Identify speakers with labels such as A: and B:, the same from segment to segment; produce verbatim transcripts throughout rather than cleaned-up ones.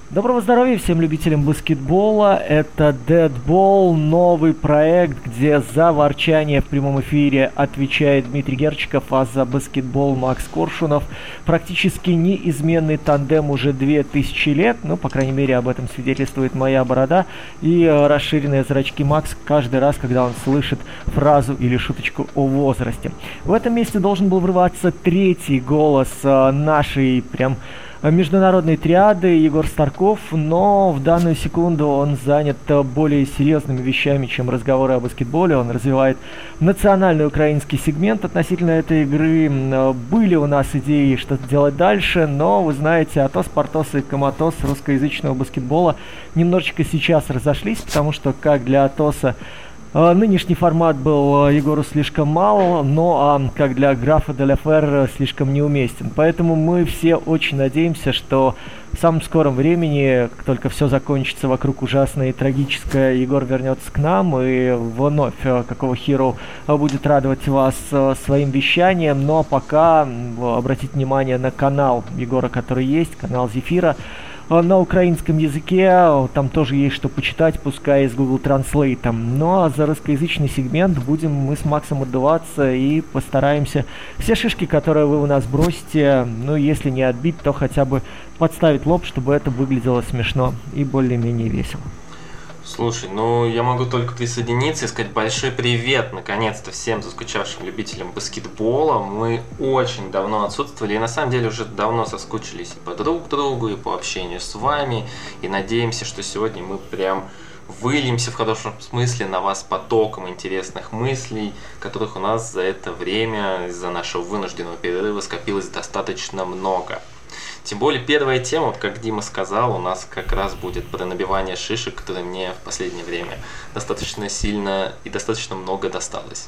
A: Доброго здоровья всем любителям баскетбола. Это Dead Ball, новый проект, где за ворчание в прямом эфире отвечает Дмитрий Герчиков, а за баскетбол Макс Коршунов. Практически неизменный тандем уже две тысячи лет, ну, по крайней мере, об этом свидетельствует моя борода и э, расширенные зрачки Макс каждый раз, когда он слышит фразу или шуточку о возрасте. В этом месте должен был врываться третий голос э, нашей прям международной триады Егор Старков, но в данную секунду он занят более серьезными вещами, чем разговоры о баскетболе. Он развивает национальный украинский сегмент относительно этой игры. Были у нас идеи что-то делать дальше, но вы знаете, Атос, Партос и Коматос русскоязычного баскетбола немножечко сейчас разошлись, потому что как для Атоса нынешний формат был Егору слишком мал, но а, как для графа де ла Фер слишком неуместен. Поэтому мы все очень надеемся, что в самом скором времени, как только все закончится вокруг ужасное и трагическое, Егор вернется к нам и вновь какого Hero будет радовать вас своим вещанием. Но пока обратите внимание на канал Егора, который есть, канал Зефира, на украинском языке, там тоже есть что почитать, пускай с Google Translate. Ну а за русскоязычный сегмент будем мы с Максом отдуваться и постараемся все шишки, которые вы у нас бросите, ну если не отбить, то хотя бы подставить лоб, чтобы это выглядело смешно и более-менее весело.
B: Слушай, ну я могу только присоединиться и сказать большой привет, наконец-то, всем заскучавшим любителям баскетбола. Мы очень давно отсутствовали и на самом деле уже давно соскучились и по друг другу, и по общению с вами. И надеемся, что сегодня мы прям выльемся в хорошем смысле на вас потоком интересных мыслей, которых у нас за это время, из-за нашего вынужденного перерыва скопилось достаточно много. Тем более первая тема, вот как Дима сказал, у нас как раз будет про набивание шишек, которое мне в последнее время достаточно сильно и достаточно много досталось.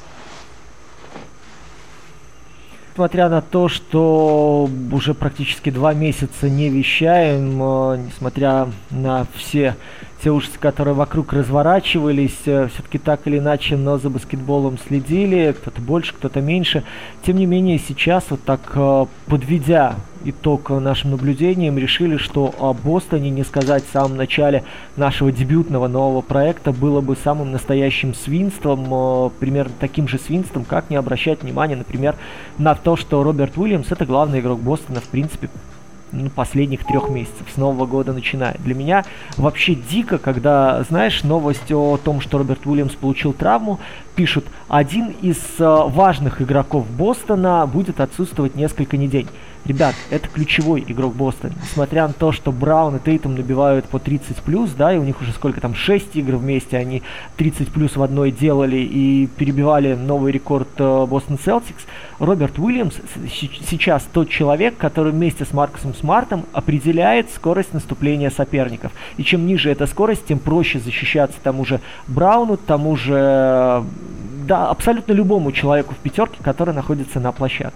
A: Несмотря на то, что уже практически два месяца не вещаем, несмотря на все те ужасы, которые вокруг разворачивались, все-таки так или иначе, но за баскетболом следили, кто-то больше, кто-то меньше. Тем не менее, сейчас вот так подведя итог нашим наблюдениям, решили, что о Бостоне не сказать в самом начале нашего дебютного нового проекта было бы самым настоящим свинством, примерно таким же свинством, как не обращать внимания, например, на то, что Роберт Уильямс — это главный игрок Бостона, в принципе, ну, последних трех месяцев, с Нового года начиная. Для меня вообще дико, когда, знаешь, новость о том, что Роберт Уильямс получил травму, пишут: один из э, важных игроков Бостона будет отсутствовать несколько недель. Ребят, это ключевой игрок Бостона. Несмотря на то, что Браун и Тейтум набивают по тридцать плюс, да, и у них уже сколько там, шесть игр вместе, они тридцать плюс в одной делали и перебивали новый рекорд Бостон uh, Селтикс, Роберт Уильямс сейчас тот человек, который вместе с Маркусом Смартом определяет скорость наступления соперников. И чем ниже эта скорость, тем проще защищаться тому же Брауну, тому же, да, абсолютно любому человеку в пятерке, который находится на площадке.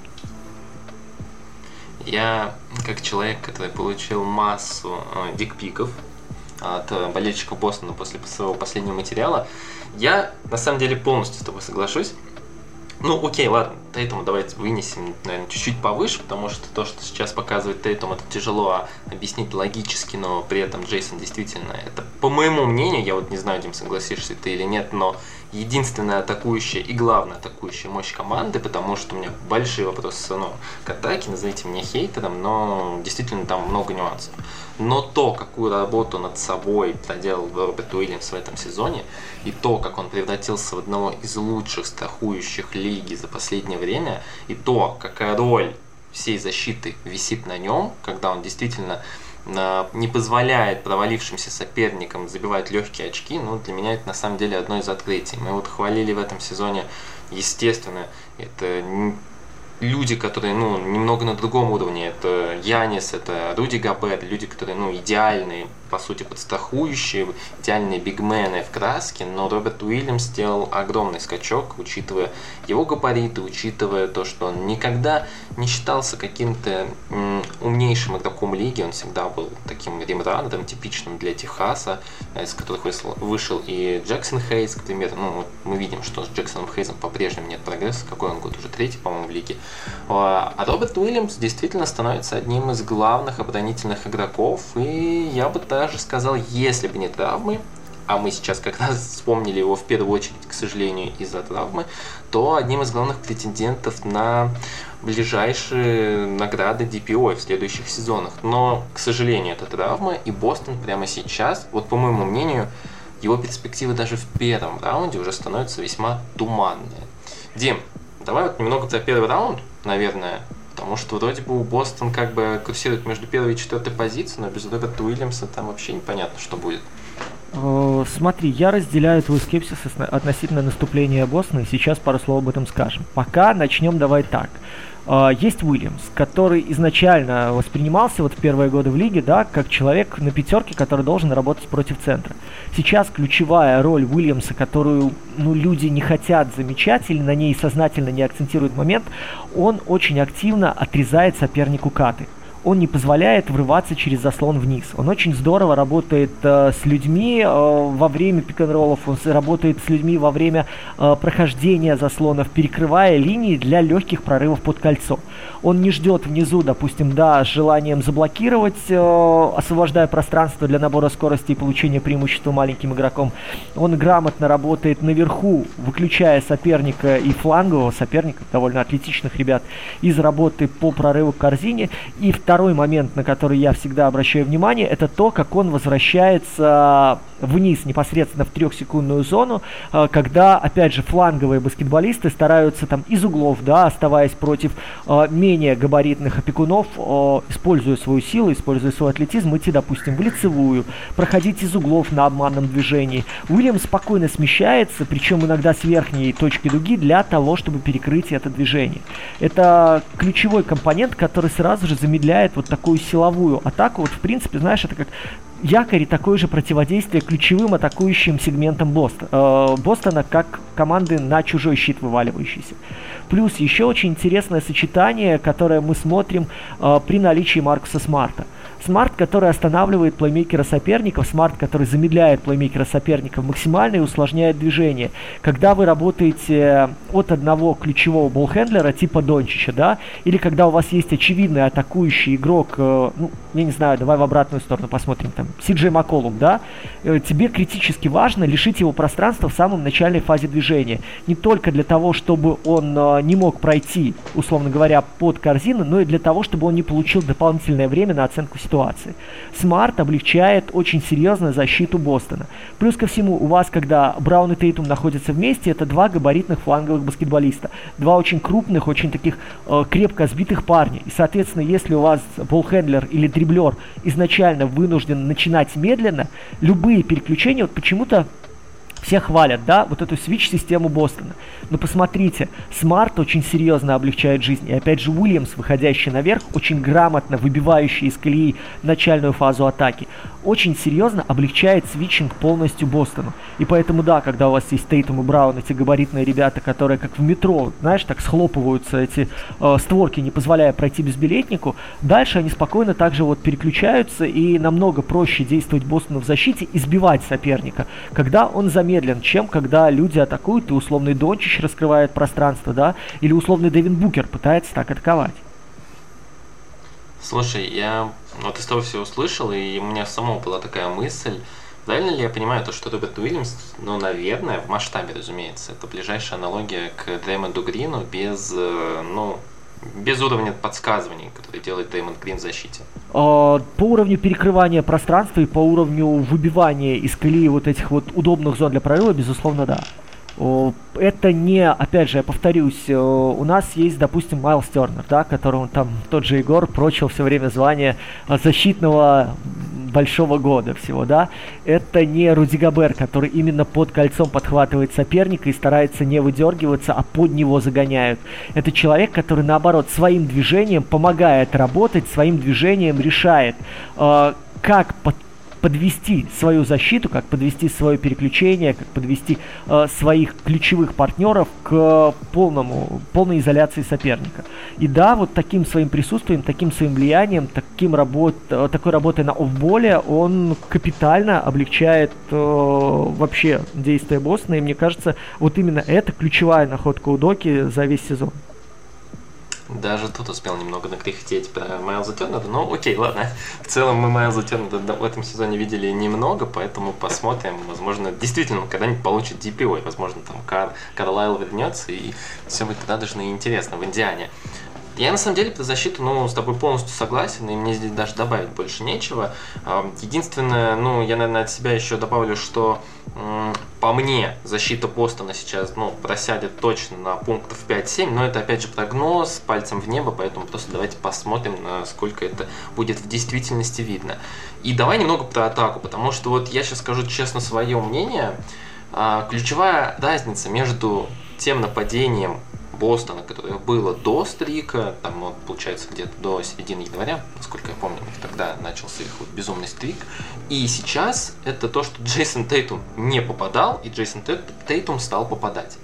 B: Я, как человек, который получил массу э, дикпиков от э, болельщиков Бостона после своего последнего материала, я на самом деле полностью с тобой соглашусь. Ну, окей, ладно, Тейтума давайте вынесем, наверное, чуть-чуть повыше, потому что то, что сейчас показывает Тейтум, это тяжело объяснить логически, но при этом Джейсон действительно, это, по моему мнению, я вот не знаю, Дим, согласишься ты или нет, но единственная атакующая и главная атакующая мощь команды, потому что у меня большие вопросы, ну, к атаке, назовите меня хейтером, но действительно там много нюансов. Но то, какую работу над собой проделал Роберт Уильямс в этом сезоне, и то, как он превратился в одного из лучших страхующих лиги за последнее время, и то, какая роль всей защиты висит на нем, когда он действительно не позволяет провалившимся соперникам забивать легкие очки, ну, для меня это на самом деле одно из открытий. Мы вот хвалили в этом сезоне, естественно, это люди, которые, ну, немного на другом уровне. Это Янис, это Руди Гобер, люди, которые, ну, идеальные, по сути, подстрахующие, идеальные бигмены в краске, но Роберт Уильямс сделал огромный скачок, учитывая его габариты, учитывая то, что он никогда не считался каким-то м, умнейшим игроком лиги, он всегда был таким римрандом, типичным для Техаса, из которых вышел, вышел и Джексон Хейз, к примеру. Ну, вот мы видим, что с Джексоном Хейзом по-прежнему нет прогресса, какой он год, уже третий, по-моему, в лиге. А Роберт Уильямс действительно становится одним из главных оборонительных игроков, и я бы даже сказал, если бы не травмы, а мы сейчас как раз вспомнили его в первую очередь, к сожалению, из-за травмы, то одним из главных претендентов на ближайшие награды ди пи ой в следующих сезонах. Но, к сожалению, это травма, и Бостон прямо сейчас, вот по моему мнению, его перспективы даже в первом раунде уже становятся весьма туманные. Дим, давай вот немного про первый раунд, наверное, потому что вроде бы у Бостон как бы курсирует между первой и четвертой позицией, но без Роберта Уильямса там вообще непонятно, что будет.
A: Смотри, я разделяю твой скепсис относительно наступления Бостона, и сейчас пару слов об этом скажем. Пока начнем давай так. Есть Уильямс, который изначально воспринимался вот в первые годы в лиге, да, как человек на пятерке, который должен работать против центра. Сейчас ключевая роль Уильямса, которую ну, люди не хотят замечать или на ней сознательно не акцентируют момент, он очень активно отрезает сопернику каты. Он не позволяет врываться через заслон вниз. Он очень здорово работает э, с людьми э, во время пик-н-роллов, он работает с людьми во время э, прохождения заслонов, перекрывая линии для легких прорывов под кольцо. Он не ждет внизу, допустим, да, с желанием заблокировать, э, освобождая пространство для набора скорости и получения преимущества маленьким игроком. Он грамотно работает наверху, выключая соперника и флангового соперника, довольно атлетичных ребят, из работы по прорыву к корзине. И второй Второй момент, на который я всегда обращаю внимание, это то, как он возвращается вниз непосредственно в трехсекундную зону, когда, опять же, фланговые баскетболисты стараются там из углов, да, оставаясь против менее габаритных опекунов, используя свою силу, используя свой атлетизм, идти, допустим, в лицевую, проходить из углов на обманном движении. Уильямс спокойно смещается, причем иногда с верхней точки дуги, для того, чтобы перекрыть это движение. Это ключевой компонент, который сразу же замедляет вот такую силовую атаку. Вот, в принципе, знаешь, это как якорь и такое же противодействие ключевым атакующим сегментам Бостона, э, Бостона как команды на чужой щит вываливающейся. Плюс еще очень интересное сочетание, которое мы смотрим э, при наличии Маркуса Смарта. Смарт, который останавливает плеймейкера соперников, Смарт, который замедляет плеймейкера соперников максимально и усложняет движение. Когда вы работаете от одного ключевого болхендлера типа Дончича, да, или когда у вас есть очевидный атакующий игрок, э, ну, я не знаю, давай в обратную сторону посмотрим, там, Си Джей Макколум, да, э, тебе критически важно лишить его пространства в самом начальной фазе движения. Не только для того, чтобы он э, не мог пройти, условно говоря, под корзину, но и для того, чтобы он не получил дополнительное время на оценку ситуации. Смарт облегчает очень серьезно защиту Бостона. Плюс ко всему, у вас, когда Браун и Тейтум находятся вместе, это два габаритных фланговых баскетболиста. Два очень крупных, очень таких э, крепко сбитых парня. И, соответственно, если у вас болхендлер или дриблер изначально вынужден начинать медленно, любые переключения, вот почему-то все хвалят, да, вот эту свич-систему Бостона. Но посмотрите, Смарт очень серьезно облегчает жизнь. И опять же Уильямс, выходящий наверх, очень грамотно выбивающий из колеи начальную фазу атаки, очень серьезно облегчает свитчинг полностью Бостону. И поэтому, да, когда у вас есть Тейтум и Браун, эти габаритные ребята, которые как в метро, знаешь, так схлопываются эти э, створки, не позволяя пройти безбилетнику, дальше они спокойно также вот переключаются, и намного проще действовать Бостону в защите и сбивать соперника, когда он замедлен, чем когда люди атакуют, и условный Дончич раскрывает пространство, да, или условный Дэвин Букер пытается так атаковать.
B: Слушай, я вот из того все услышал, и у меня самого была такая мысль, правильно ли я понимаю то, что Роберт Уильямс, ну, наверное, в масштабе, разумеется, это ближайшая аналогия к Дреймонду Грину без, ну, без уровня подсказываний, который делает Дреймонд Грин в защите?
A: По уровню перекрывания пространства и по уровню выбивания из колеи вот этих вот удобных зон для прорыва, безусловно, да. Это не, опять же, я повторюсь, у нас есть, допустим, Майлз Тернер, да, которому там тот же Егор прочил все время звание защитного большого года всего, да. Это не Руди Гобер, который именно под кольцом подхватывает соперника и старается не выдергиваться, а под него загоняют. Это человек, который, наоборот, своим движением помогает работать, своим движением решает, э, как под подвести свою защиту, как подвести свое переключение, как подвести э, своих ключевых партнеров к полному, полной изоляции соперника. И да, вот таким своим присутствием, таким своим влиянием, таким работ, э, такой работой на оффболе он капитально облегчает э, вообще действия Бостона. И мне кажется, вот именно это ключевая находка у Доки за весь сезон.
B: Даже тут успел немного накряхтеть про Майлза Тернера, но окей, ладно. В целом мы Майлза Тернера в этом сезоне видели немного, поэтому посмотрим. Возможно, действительно он когда-нибудь получит ди пи ой, возможно, там Кар, Карлайл вернется, и все будет тогда даже интересно в Индиане. Я на самом деле про защиту, ну, с тобой полностью согласен, и мне здесь даже добавить больше нечего. Единственное, ну, я, наверное, от себя еще добавлю, что по мне защита Бостона сейчас, ну, просядет точно на пунктов пять-семь, но это, опять же, прогноз, пальцем в небо, поэтому просто давайте посмотрим, насколько это будет в действительности видно. И давай немного про атаку, потому что вот я сейчас скажу честно свое мнение. Ключевая разница между тем нападением Бостона, которое было до стрика, там, вот, получается, где-то до середины января, насколько я помню, тогда начался их вот безумный стрик. И сейчас это то, что Джейсон Тейтум не попадал, и Джейсон Тейтум стал попадать.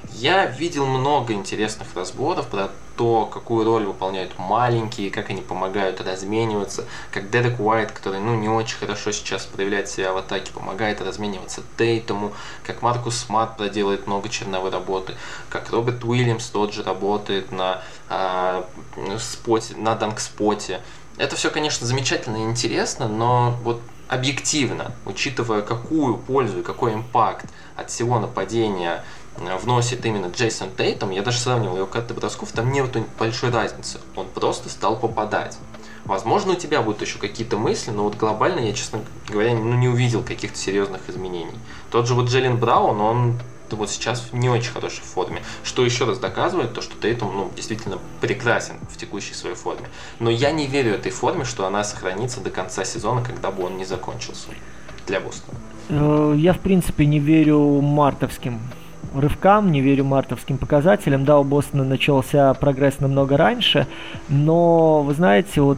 B: Я видел много интересных разборов про то, какую роль выполняют маленькие, как они помогают размениваться, как Дерек Уайт, который, ну, не очень хорошо сейчас проявляет себя в атаке, помогает размениваться Тейтуму, как Маркус Смарт проделает много черновой работы, как Роберт Уильямс тот же работает на, а, споте, на данк-споте. Это все, конечно, замечательно и интересно, но вот объективно, учитывая, какую пользу и какой импакт от всего нападения вносит именно Джейсон Тейтум, я даже сравнивал его карты бросков, там нет большой разницы, он просто стал попадать. Возможно, у тебя будут еще какие-то мысли, но вот глобально я, честно говоря, ну, не увидел каких-то серьезных изменений. Тот же вот Джейлен Браун, он вот сейчас в не очень хорошей форме, что еще раз доказывает то, что Тейтум, ну, действительно прекрасен в текущей своей форме. Но я не верю этой форме, что она сохранится до конца сезона, когда бы он не закончился для Бостона.
A: Я, в принципе, не верю мартовским рывкам, не верю мартовским показателям. Да, у Бостона начался прогресс намного раньше, но, вы знаете, вот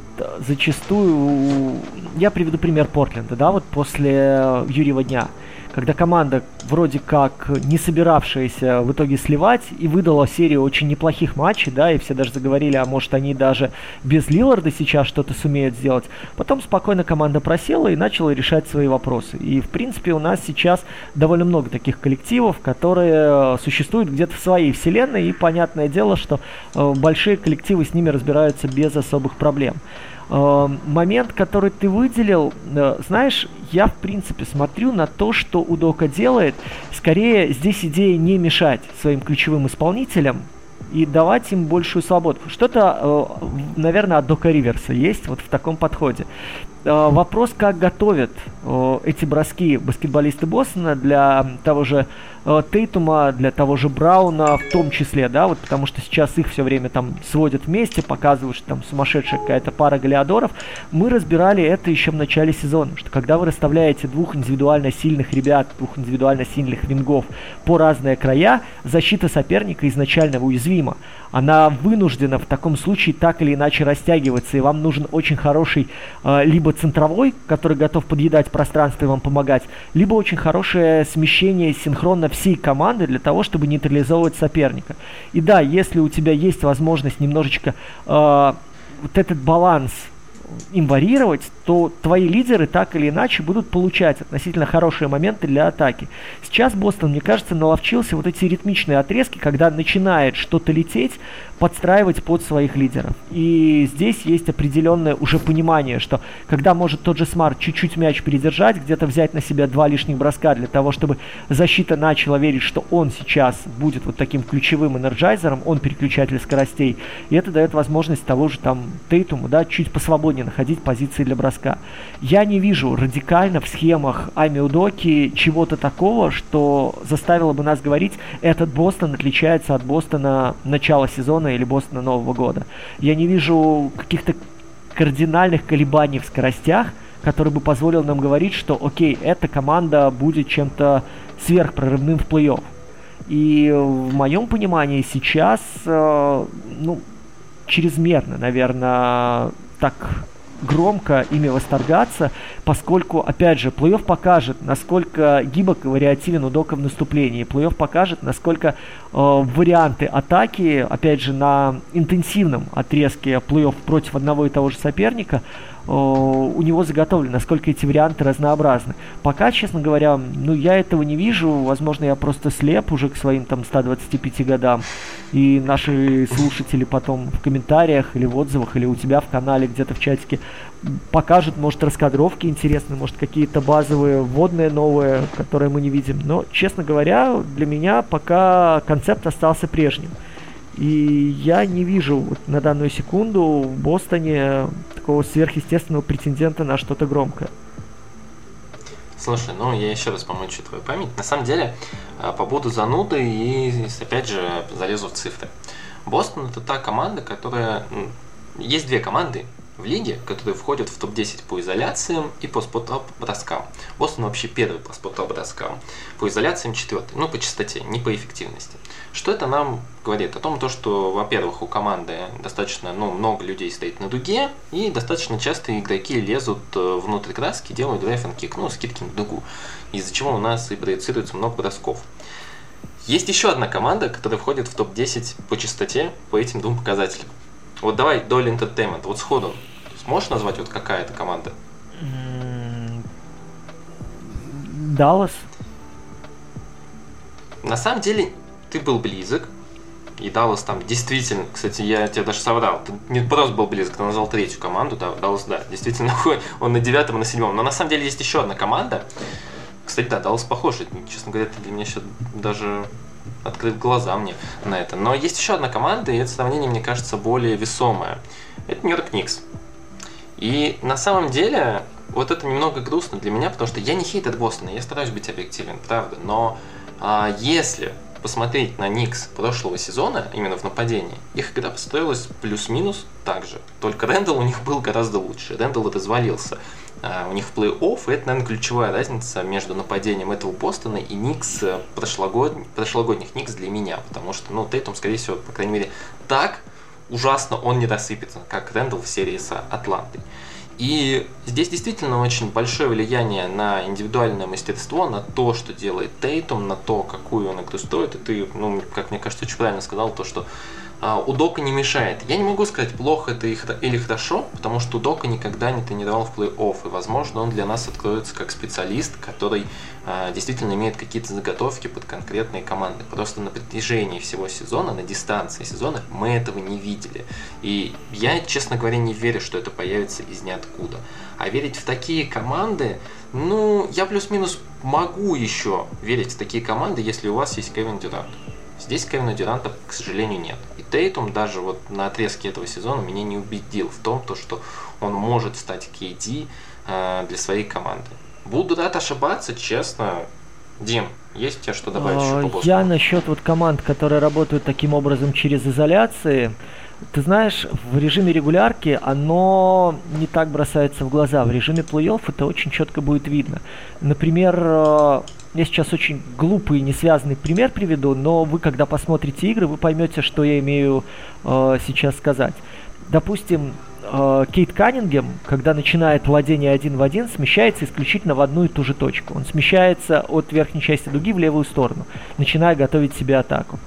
A: зачастую, я приведу пример Портленда, да, вот после Юрьева дня, когда команда, вроде как не собиравшаяся в итоге сливать, и выдала серию очень неплохих матчей, да, и все даже заговорили, а может они даже без Лилларда сейчас что-то сумеют сделать. Потом спокойно команда просела и начала решать свои вопросы. И, в принципе, у нас сейчас довольно много таких коллективов, которые существуют где-то в своей вселенной, и понятное дело, что э, большие коллективы с ними разбираются без особых проблем. Момент, который ты выделил, знаешь, я в принципе смотрю на то, что Удока делает. Скорее, здесь идея не мешать своим ключевым исполнителям и давать им большую свободу. Что-то, наверное, от Дока Риверса есть вот в таком подходе. Вопрос, как готовят эти броски баскетболисты Бостона для того же Тейтума, для того же Брауна в том числе, да, вот потому что сейчас их все время там сводят вместе, показывают, что там сумасшедшая какая-то пара галиадоров. Мы разбирали это еще в начале сезона, что когда вы расставляете двух индивидуально сильных ребят, двух индивидуально сильных вингов по разные края, защита соперника изначально уязвима. Она вынуждена в таком случае так или иначе растягиваться, и вам нужен очень хороший э, либо центровой, который готов подъедать пространство и вам помогать, либо очень хорошее смещение синхронно всей команды для того, чтобы нейтрализовывать соперника. И да, если у тебя есть возможность немножечко э, вот этот баланс им варьировать, то твои лидеры так или иначе будут получать относительно хорошие моменты для атаки. Сейчас Бостон, мне кажется, наловчился вот эти ритмичные отрезки, когда начинает что-то лететь, подстраивать под своих лидеров. И здесь есть определенное уже понимание, что когда может тот же Смарт чуть-чуть мяч передержать, где-то взять на себя два лишних броска для того, чтобы защита начала верить, что он сейчас будет вот таким ключевым энерджайзером, он переключатель скоростей, и это дает возможность того же там Тейтуму, да, чуть посвободнее находить позиции для броска. Я не вижу радикально в схемах Айми Удоки чего-то такого, что заставило бы нас говорить, этот Бостон отличается от Бостона начала сезона или Бостона Нового года. Я не вижу каких-то кардинальных колебаний в скоростях, который бы позволил нам говорить, что окей, эта команда будет чем-то сверхпрорывным в плей-офф. И в моем понимании сейчас, э, ну, чрезмерно, наверное, так громко ими восторгаться, поскольку, опять же, плей-офф покажет, насколько гибок и вариативен Удока в наступлении. Плей-офф покажет, насколько э, варианты атаки, опять же, на интенсивном отрезке плей-офф против одного и того же соперника у него заготовлено, насколько эти варианты разнообразны. Пока, честно говоря, ну, я этого не вижу. Возможно, я просто слеп уже к своим там ста двадцати пяти годам. И наши слушатели потом в комментариях или в отзывах, или у тебя в канале, где-то в чатике покажут, может, раскадровки интересные, может, какие-то базовые, вводные новые, которые мы не видим. Но, честно говоря, для меня пока концепт остался прежним. И я не вижу вот на данную секунду в Бостоне такого сверхъестественного претендента на что-то громкое.
B: Слушай, ну я еще раз помочу твою память. На самом деле, побуду занудой и опять же залезу в цифры. Бостон — это та команда, которая... Есть две команды в лиге, которые входят в топ десять по изоляциям и по спот-ап-броскам. Бостон вообще первый по спот-ап-броскам, по изоляциям четвертый, ну по частоте, не по эффективности. Что это нам говорит? О том, то, что, во-первых, у команды достаточно ну, много людей стоит на дуге, и достаточно часто игроки лезут внутрь краски, делают драйв-н-кик, ну скидки на дугу, из-за чего у нас и проецируется много бросков. Есть еще одна команда, которая входит в топ десять по частоте по этим двум показателям. Вот давай, Dolly Entertainment, вот сходу, сможешь назвать, вот какая это команда?
A: Даллас.
B: На самом деле, ты был близок, и Даллас там действительно, кстати, я тебе даже соврал, ты не просто был близок, ты назвал третью команду, да, Даллас, да, действительно, он на девятом и на седьмом, но на самом деле есть еще одна команда, кстати, да, Даллас похож, честно говоря, ты для меня сейчас даже... открыть глаза мне на это. Но есть еще одна команда, и это сравнение, мне кажется, более весомое. Это Нью-Йорк Никс. И на самом деле, вот это немного грустно для меня, потому что я не хейтер Бостона, я стараюсь быть объективен, правда. Но а, если посмотреть на Никс прошлого сезона, именно в нападении, их игра построилась плюс-минус так же. Только Рэндалл у них был гораздо лучше. Рэндалл развалился. Uh, у них в плей-офф, и это, наверное, ключевая разница между нападением этого Бостона и Никс, прошлогод... прошлогодних Никс для меня, потому что, ну, Тейтум, скорее всего, по крайней мере, так ужасно он не рассыпется, как Рэндалл в серии с Атлантой. И здесь действительно очень большое влияние на индивидуальное мастерство, на то, что делает Тейтум, на то, какую он игру строит, и ты, ну, как мне кажется, очень правильно сказал, то, что Uh, Удока не мешает. Я не могу сказать, плохо это или хорошо, потому что Удока никогда не тренировал в плей-офф, и, возможно, он для нас откроется как специалист, который uh, действительно имеет какие-то заготовки под конкретные команды. Просто на протяжении всего сезона, на дистанции сезона мы этого не видели. И я, честно говоря, не верю, что это появится из ниоткуда. А верить в такие команды, ну, я плюс-минус могу еще верить в такие команды, если у вас есть Кевин Дюрант. Здесь Кевина Дюранта, к сожалению, нет. И Тейтум даже вот на отрезке этого сезона меня не убедил в том, то, что он может стать кей ди э, для своей команды. Буду рад ошибаться, честно. Дим, есть у тебя что добавить еще по Бостону?
A: Я насчет вот команд, которые работают таким образом через изоляции. Ты знаешь, в режиме регулярки оно не так бросается в глаза. В режиме плей-офф это очень четко будет видно. Например, я сейчас очень глупый и несвязанный пример приведу, но вы, когда посмотрите игры, вы поймете, что я имею э, сейчас сказать. Допустим, э, Кейт Каннингем, когда начинает владение один в один, смещается исключительно в одну и ту же точку. Он смещается от верхней части дуги в левую сторону, начиная готовить себе атаку.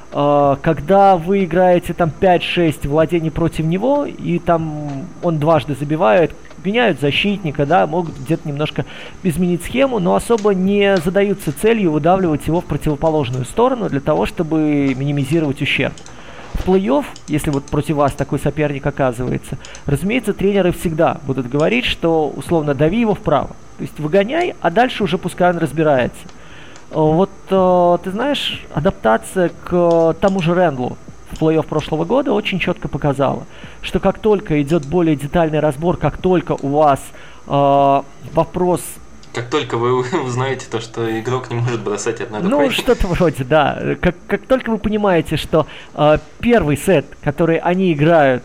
A: Когда вы играете там пять-шесть владений против него, и там он дважды забивает, меняют защитника, да, могут где-то немножко изменить схему, но особо не задаются целью выдавливать его в противоположную сторону для того, чтобы минимизировать ущерб. В плей-офф, если вот против вас такой соперник оказывается, разумеется, тренеры всегда будут говорить, что условно дави его вправо, то есть выгоняй, а дальше уже пускай он разбирается. Вот, э, ты знаешь, адаптация к тому же Рэндлу в плей-офф прошлого года очень четко показала, что как только идет более детальный разбор, как только у вас э, вопрос...
B: Как только вы узнаете то, что игрок не может бросать одной рукой.
A: Ну, что-то вроде, да. Как, как только вы понимаете, что э, первый сет, который они играют,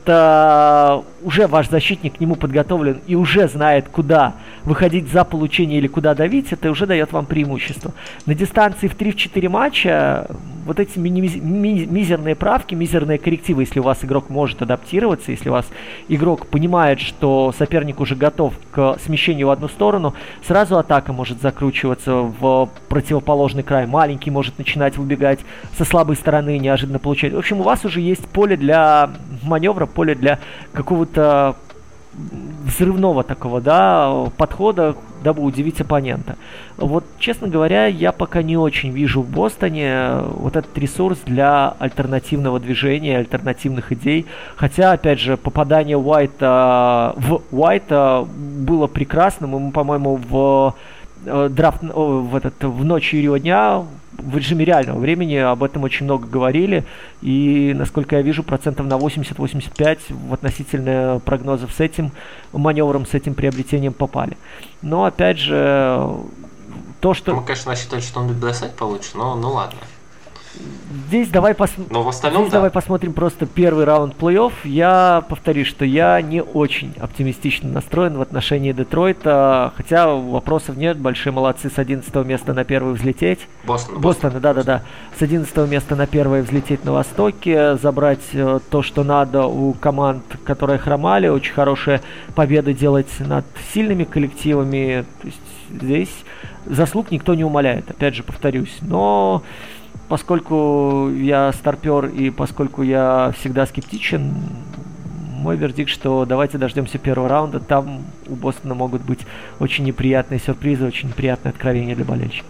A: это уже ваш защитник к нему подготовлен и уже знает, куда выходить за получение или куда давить, это уже дает вам преимущество. На дистанции в три-четыре матча вот эти ми- ми- мизерные правки, мизерные коррективы, если у вас игрок может адаптироваться, если у вас игрок понимает, что соперник уже готов к смещению в одну сторону, сразу атака может закручиваться в противоположный край. Маленький может начинать выбегать со слабой стороны, неожиданно получать. В общем, у вас уже есть поле для маневра, поле для какого-то взрывного такого, да, подхода, дабы удивить оппонента. Вот, честно говоря, я пока не очень вижу в Бостоне вот этот ресурс для альтернативного движения, альтернативных идей. Хотя, опять же, попадание Уайта в Уайта было прекрасным. Ему, по-моему, в драфт, в, этот, в ночь Юрьего дня в режиме реального времени об этом очень много говорили, и, насколько я вижу, процентов на восемьдесят-восемьдесят пять в относительно прогнозов с этим маневром, с этим приобретением попали. Но, опять же, то, что...
B: Мы, конечно, считали, что он будет бросать получше, но ну ладно.
A: Здесь давай, пос...
B: Но в остальном,
A: Здесь
B: да.
A: давай посмотрим просто первый раунд плей-офф. Я повторюсь, что я не очень оптимистично настроен в отношении Детройта, хотя вопросов нет, большие молодцы с одиннадцатого места на первый взлететь.
B: Бостон.
A: Бостон, да-да-да. С одиннадцатого места на первое взлететь на Востоке, забрать э, то, что надо у команд, которые хромали, очень хорошие победы делать над сильными коллективами. То есть здесь заслуг никто не умаляет, опять же повторюсь. Но... Поскольку я старпер и поскольку я всегда скептичен, мой вердикт, что давайте дождемся первого раунда. Там у Бостона могут быть очень неприятные сюрпризы, очень неприятные откровения для болельщика.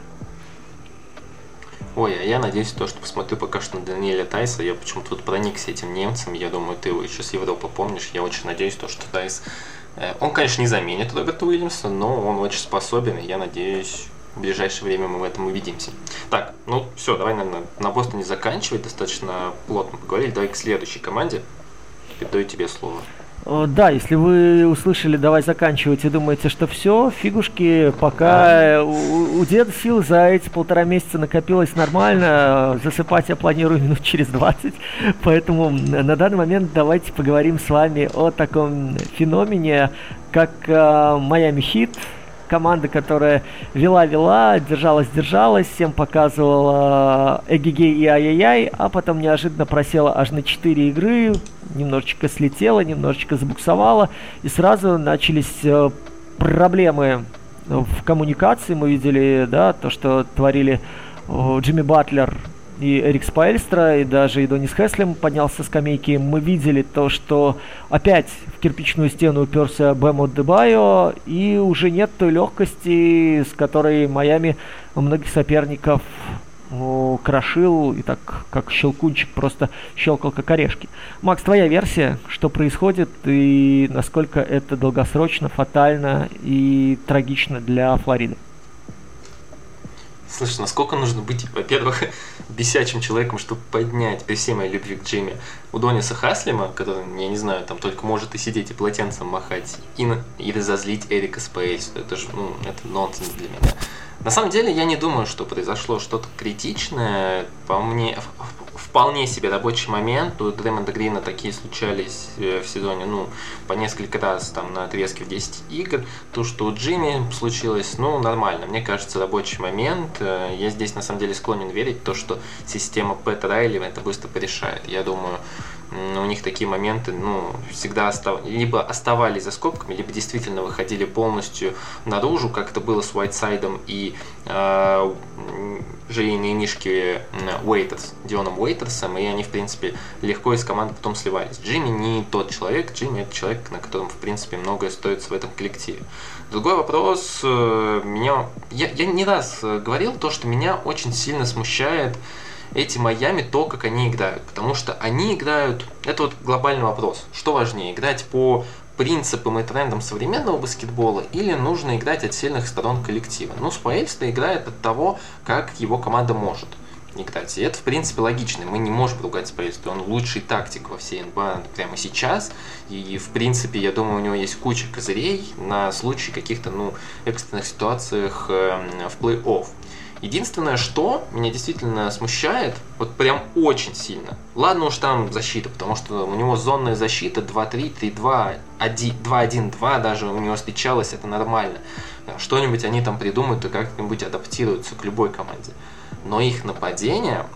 B: Ой, а я надеюсь, то, что посмотрю пока что на Даниэля Тайса. Я почему-то тут проникся этим немцем. Я думаю, ты его еще с Европы помнишь. Я очень надеюсь, то, что Тайс... Он, конечно, не заменит Роберта Уильямса, но он очень способен, и я надеюсь... В ближайшее время мы в этом увидимся. Так, ну все, давай, наверное, на Бостоне заканчивать. Достаточно плотно поговорили. Давай к следующей команде. Передаю тебе слово.
A: Да, если вы услышали, давай заканчивать и думаете, что все, фигушки, пока у, у деда сил за эти полтора месяца накопилось нормально, засыпать я планирую минут через двадцать, поэтому на данный момент давайте поговорим с вами о таком феномене, как Miami Heat. Команда, которая вела-вела, держалась-держалась, всем показывала эгегей и ай-яй-яй, а потом неожиданно просела аж на четыре игры, немножечко слетела, немножечко забуксовала, и сразу начались проблемы в коммуникации. Мы видели, да, то, что творили Джимми Батлер и Эрик Споэльстра, и даже и Донис Хэслем поднялся с скамейки. Мы видели то, что опять в кирпичную стену уперся Бэм Адебайо, и уже нет той легкости, с которой Майами многих соперников о, крошил, и так как щелкунчик просто щелкал как орешки. Макс, твоя версия, что происходит, и насколько это долгосрочно, фатально и трагично для Флориды?
B: Слушай, насколько нужно быть, во-первых, бесячим человеком, чтобы поднять, при всей моей любви к Джимми, у Дониса Хаслема, который, я не знаю, там только может и сидеть, и полотенцем махать, и, и разозлить Эрика Споэльстра. Это же, ну, это нонсенс для меня. На самом деле, я не думаю, что произошло что-то критичное. По мне, вполне себе рабочий момент. У Дреймонда Грина такие случались в сезоне, ну, по несколько раз там на отрезке в десять игр. То, что у Джимми случилось, ну, нормально. Мне кажется, рабочий момент. Я здесь, на самом деле, склонен верить в то, что система Пэта Райли это быстро порешает. Я думаю, у них такие моменты, ну, всегда остав... либо оставались за скобками, либо действительно выходили полностью наружу, как это было с Уайтсайдом и э, Жейной Нишки Уэйтерс, Дионом Уэйтерсом, и они, в принципе, легко из команды потом сливались. Джимми не тот человек, Джимми это человек, на котором, в принципе, многое стоит в этом коллективе. Другой вопрос, меня... Я, я не раз говорил то, что меня очень сильно смущает эти Майами, то, как они играют. Потому что они играют... Это вот глобальный вопрос. Что важнее, играть по принципам и трендам современного баскетбола или нужно играть от сильных сторон коллектива? Ну, Споэльстра играет от того, как его команда может играть. И это, в принципе, логично. Мы не можем ругать Споэльстру. Он лучший тактик во всей эн би эй прямо сейчас. И, в принципе, я думаю, у него есть куча козырей на случай каких-то, ну, экстренных ситуациях э, в плей-офф. Единственное, что меня действительно смущает, вот прям очень сильно. Ладно уж там защита, потому что у него зонная защита два три, три два, два один два даже у него встречалось, это нормально. Что-нибудь они там придумают и как-нибудь адаптируются к любой команде. Но их нападение,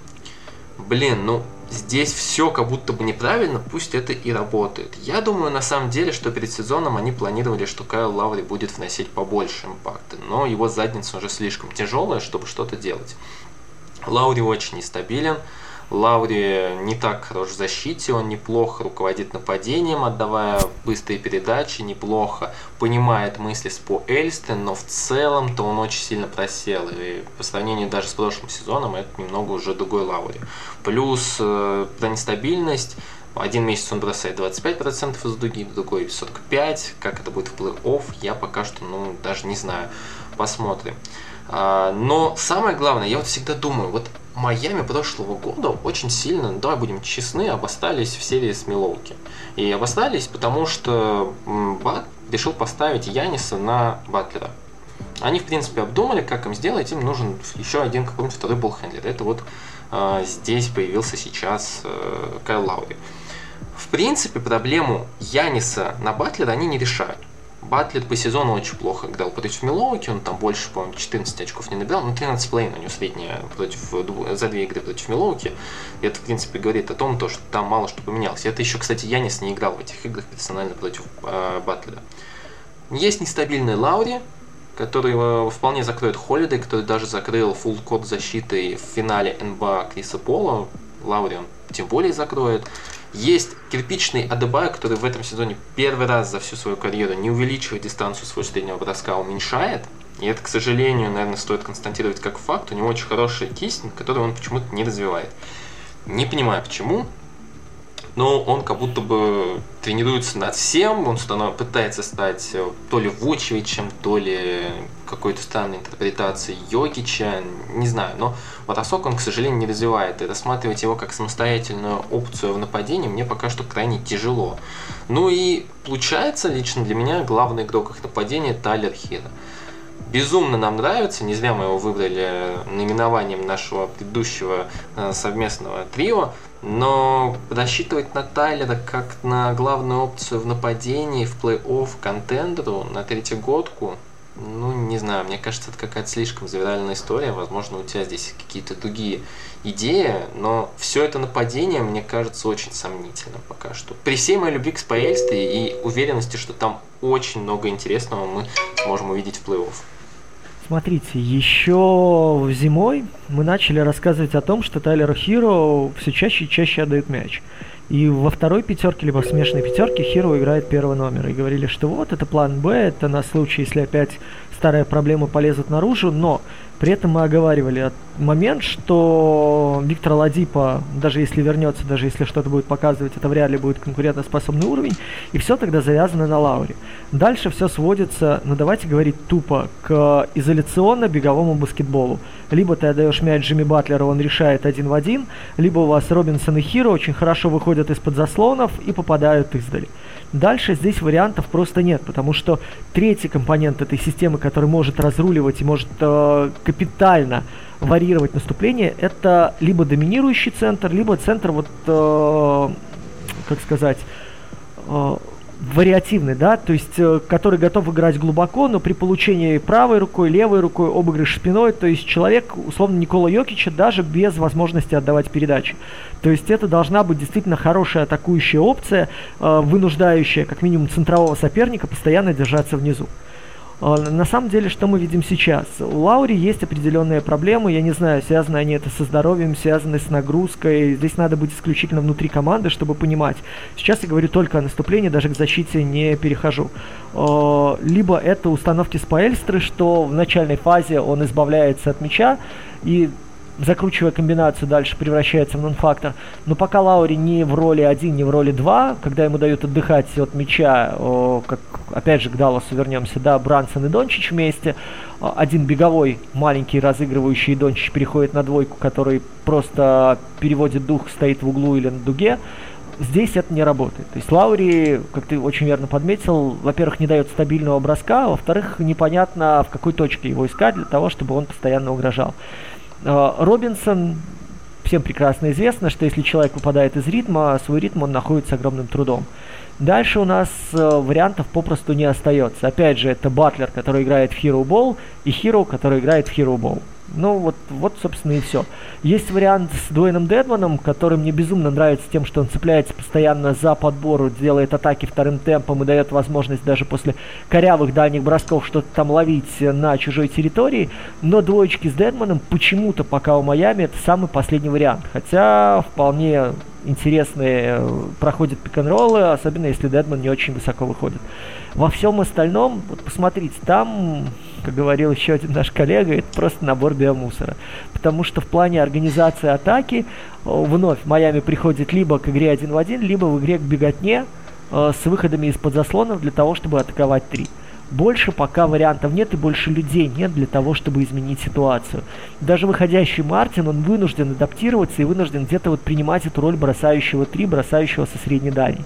B: блин, ну здесь все как будто бы неправильно, пусть это и работает. Я думаю, на самом деле, что перед сезоном они планировали, что Кайл Лаури будет вносить побольше импакта, но его задница уже слишком тяжелая, чтобы что-то делать. Лаури очень нестабилен, Лаури не так хорош в защите, он неплохо руководит нападением, отдавая быстрые передачи, неплохо понимает мысли Спо Эльстен, но в целом-то он очень сильно просел. И по сравнению даже с прошлым сезоном, это немного уже другой Лаури. Плюс э, про нестабильность. Один месяц он бросает двадцать пять процентов из дуги, другой сорок пять процентов. Как это будет в плей-офф, я пока что ну, даже не знаю. Посмотрим. А, но самое главное, я вот всегда думаю, вот Майами прошлого года очень сильно, давай будем честны, обострались в серии с Милуоки. И обострались, потому что Бат решил поставить Яниса на Батлера. Они, в принципе, обдумали, как им сделать, им нужен еще один какой-нибудь второй болхендлер. Это вот э, здесь появился сейчас э, Кайл Лаури. В принципе, проблему Яниса на Батлера они не решают. Батлер по сезону очень плохо играл против Милуоки, он там больше, по-моему, четырнадцать очков не набирал, но тринадцать с половиной у него средняя против, за две игры против Милуоки. И это, в принципе, говорит о том, то, что там мало что поменялось. И это еще, кстати, Янис не играл в этих играх персонально против э, Батлера. Есть нестабильный Лаури, который вполне закроет Холидей, который даже закрыл фулл-корт защитой в финале эн би эй Криса Пола. Лаури он тем более закроет. Есть кирпичный Адебайо, который в этом сезоне первый раз за всю свою карьеру не увеличивает дистанцию своего среднего броска, а уменьшает. И это, к сожалению, наверное, стоит констатировать как факт. У него очень хорошая кисть, которую он почему-то не развивает. Не понимаю почему, но он как будто бы тренируется над всем. Он станов... пытается стать то ли Вучевичем, то ли какой-то странной интерпретацией Йокича, не знаю. Но бросок он, к сожалению, не развивает. И рассматривать его как самостоятельную опцию в нападении мне пока что крайне тяжело. Ну и получается, лично для меня, главный игрок их нападения Тайлер Хиро. Безумно нам нравится, не зря мы его выбрали наименованием нашего предыдущего э, совместного трио, но рассчитывать на Тайлера как на главную опцию в нападении, в плей-офф, контендеру на третьегодку, ну не знаю, мне кажется, это какая-то слишком завиральная история, возможно, у тебя здесь какие-то другие идеи, но все это нападение, мне кажется, очень сомнительным пока что. При всей моей любви к Споэльстре и уверенности, что там очень много интересного мы сможем увидеть в плей-офф.
A: Смотрите, еще зимой мы начали рассказывать о том, что Тайлеру Хиро все чаще и чаще отдают мяч. И во второй пятерке, либо в смешанной пятерке Хиро играет первого номера. И говорили, что вот, это план Б, это на случай, если опять старые проблемы полезут наружу, но при этом мы оговаривали момент, что Виктор Ладипо, даже если вернется, даже если что-то будет показывать, это вряд ли будет конкурентоспособный уровень, и все тогда завязано на Лаури. Дальше все сводится, ну давайте говорить тупо, к изоляционно-беговому баскетболу. Либо ты отдаешь мяч Джимми Батлеру, он решает один в один, либо у вас Робинсон и Хиро очень хорошо выходят из-под заслонов и попадают издали. Дальше здесь вариантов просто нет, потому что третий компонент этой системы, который может разруливать и может э, капитально варьировать наступление, это либо доминирующий центр, либо центр, вот, э, как сказать, э, вариативный, да, то есть, э, который готов играть глубоко, но при получении правой рукой, левой рукой, обыгрыш спиной, то есть человек, условно, Никола Йокича, даже без возможности отдавать передачи. То есть это должна быть действительно хорошая атакующая опция, э, вынуждающая, как минимум, центрового соперника постоянно держаться внизу. На самом деле, что мы видим сейчас? У Лаури есть определенные проблемы, я не знаю, связаны они это со здоровьем, связаны с нагрузкой, здесь надо быть исключительно внутри команды, чтобы понимать. Сейчас я говорю только о наступлении, даже к защите не перехожу. Либо это установки Споэльстры, что в начальной фазе он избавляется от мяча и, закручивая комбинацию, дальше превращается в нон-фактор. Но пока Лаури не в роли один, не в роли два, когда ему дают отдыхать от мяча, о, как опять же к Далласу вернемся, да, Брансон и Дончич вместе, один беговой, маленький, разыгрывающий, и Дончич переходит на двойку, который просто переводит дух, стоит в углу или на дуге. Здесь это не работает. То есть Лаури, как ты очень верно подметил, во-первых, не дает стабильного броска, а во-вторых, непонятно, в какой точке его искать для того, чтобы он постоянно угрожал. Робинсон, всем прекрасно известно, что если человек выпадает из ритма, свой ритм он находит с огромным трудом. Дальше у нас вариантов попросту не остается. Опять же, это Батлер, который играет в Hero Ball, и Hero, который играет в Hero Ball. Ну, вот, вот, собственно, и все. Есть вариант с Дуэйном Дедманом, который мне безумно нравится тем, что он цепляется постоянно за подбор, делает атаки вторым темпом и дает возможность даже после корявых дальних бросков что-то там ловить на чужой территории. Но двоечки с Дедманом почему-то пока у Майами это самый последний вариант. Хотя вполне интересные проходят пик-н-роллы, особенно если Дедман не очень высоко выходит. Во всем остальном, вот посмотрите, там, как говорил еще один наш коллега, это просто набор биомусора. Потому что в плане организации атаки вновь Майами приходит либо к игре один в один, либо в игре к беготне э, с выходами из-под заслонов для того, чтобы атаковать три. Больше пока вариантов нет и больше людей нет для того, чтобы изменить ситуацию. Даже выходящий Мартин, он вынужден адаптироваться и вынужден где-то вот принимать эту роль бросающего три, бросающего со средней дальней.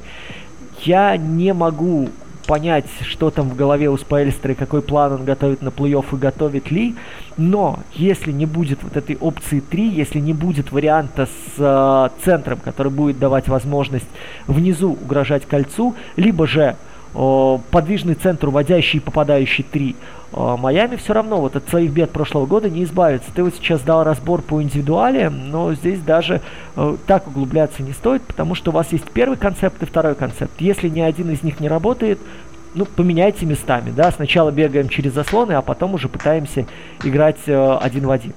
A: Я не могу понять, что там в голове у Споэльстера и какой план он готовит на плей-офф и готовит ли, но если не будет вот этой опции три, если не будет варианта с э, центром, который будет давать возможность внизу угрожать кольцу, либо же э, подвижный центр, уводящий и попадающий три, э, Майами все равно вот от своих бед прошлого года не избавится. Ты вот сейчас дал разбор по индивидуалиям, но здесь даже э, так углубляться не стоит, потому что у вас есть первый концепт и второй концепт. Если ни один из них не работает, ну, поменяйте местами, да, сначала бегаем через заслоны, а потом уже пытаемся играть э, один в один.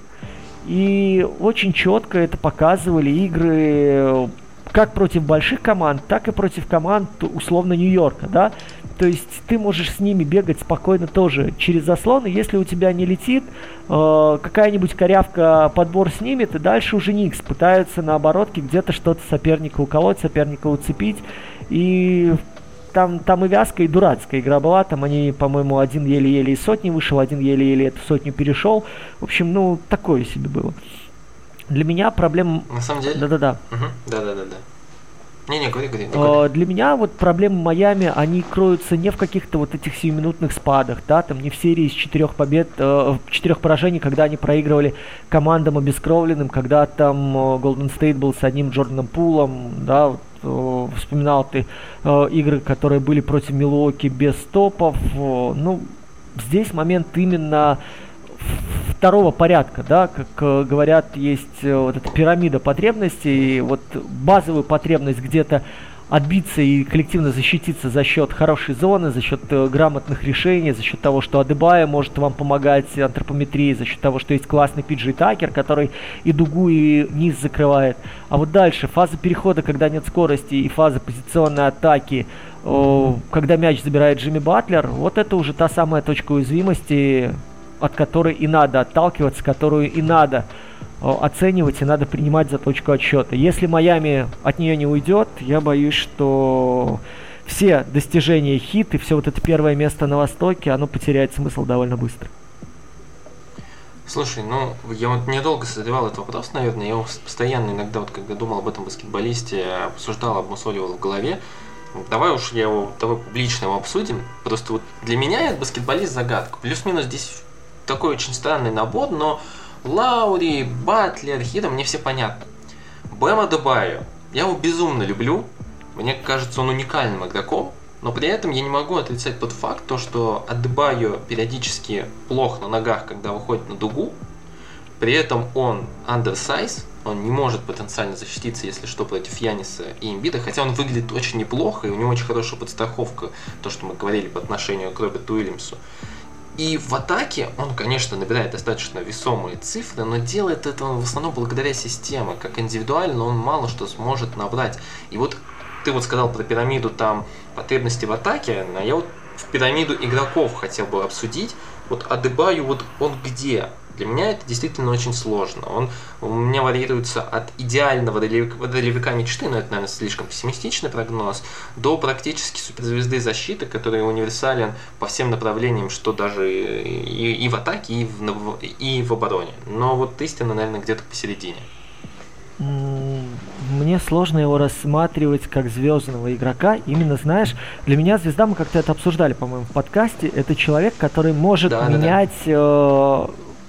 A: И очень четко это показывали игры как против больших команд, так и против команд условно Нью-Йорка, да. То есть ты можешь с ними бегать спокойно тоже через заслоны, если у тебя не летит, э, какая-нибудь корявка подбор снимет, и дальше уже Никс пытаются на оборотке где-то что-то соперника уколоть, соперника уцепить, и там, там и вязкая, и дурацкая игра была, там они, по-моему, один еле-еле из сотни вышел, один еле-еле эту сотню перешел, в общем, ну, такое себе было. Для меня проблема...
B: На самом деле?
A: Да-да-да.
B: Угу. Да-да-да-да. Не-не, говори, говори.
A: Uh, для меня вот проблемы Майами, они кроются не в каких-то вот этих сиюминутных спадах, да, там не в серии из четырех побед, uh, четырех поражений, когда они проигрывали командам обескровленным, когда там uh, Golden State был с одним Джорданом Пулом, да, вот, uh, вспоминал ты uh, игры, которые были против Милуоки без топов, uh, ну, здесь момент именно второго порядка, да, как э, говорят, есть э, вот эта пирамида потребностей, и вот базовую потребность где-то отбиться и коллективно защититься за счет хорошей зоны, за счет э, грамотных решений, за счет того, что Адебайо может вам помогать антропометрией, за счет того, что есть классный Пиджей Такер, который и дугу, и низ закрывает. А вот дальше фаза перехода, когда нет скорости, и фаза позиционной атаки, э, когда мяч забирает Джимми Батлер, вот это уже та самая точка уязвимости, от которой и надо отталкиваться, которую и надо о, оценивать, и надо принимать за точку отсчета. Если Майами от нее не уйдет, я боюсь, что все достижения хит и все вот это первое место на Востоке, оно потеряет смысл довольно быстро.
B: Слушай, ну, я вот недолго задавал этот вопрос, наверное, я его постоянно иногда, вот когда думал об этом баскетболисте, обсуждал, обмусоливал в голове. Давай уж я его, давай публично его обсудим. Просто вот для меня этот баскетболист загадка. Плюс-минус здесь такой очень странный набор, но Лаури, Батлер, Хиро, мне все понятно. Бэм Адебайо, я его безумно люблю, мне кажется, он уникальным игроком, но при этом я не могу отрицать тот факт, то, что Адебайо периодически плохо на ногах, когда выходит на дугу, при этом он undersize, он не может потенциально защититься, если что, против Яниса и Эмбида, хотя он выглядит очень неплохо, и у него очень хорошая подстраховка, то, что мы говорили по отношению к Роберту Уильямсу. И в атаке он, конечно, набирает достаточно весомые цифры, но делает это в основном благодаря системе. Как индивидуально он мало что сможет набрать. И вот ты вот сказал про пирамиду там потребностей в атаке, а я вот в пирамиду игроков хотел бы обсудить. Вот Адебайо, вот он где? Для меня это действительно очень сложно. Он у меня варьируется от идеального ролевика мечты, но это, наверное, слишком пессимистичный прогноз, до практически суперзвезды защиты, который универсален по всем направлениям, что даже и, и в атаке, и в, и в обороне. Но вот истина, наверное, где-то посередине.
A: Мне сложно его рассматривать как звездного игрока. Именно, знаешь, для меня звезда, мы как-то это обсуждали, по-моему, в подкасте, это человек, который может
B: да,
A: менять...
B: Да, да.
A: Э-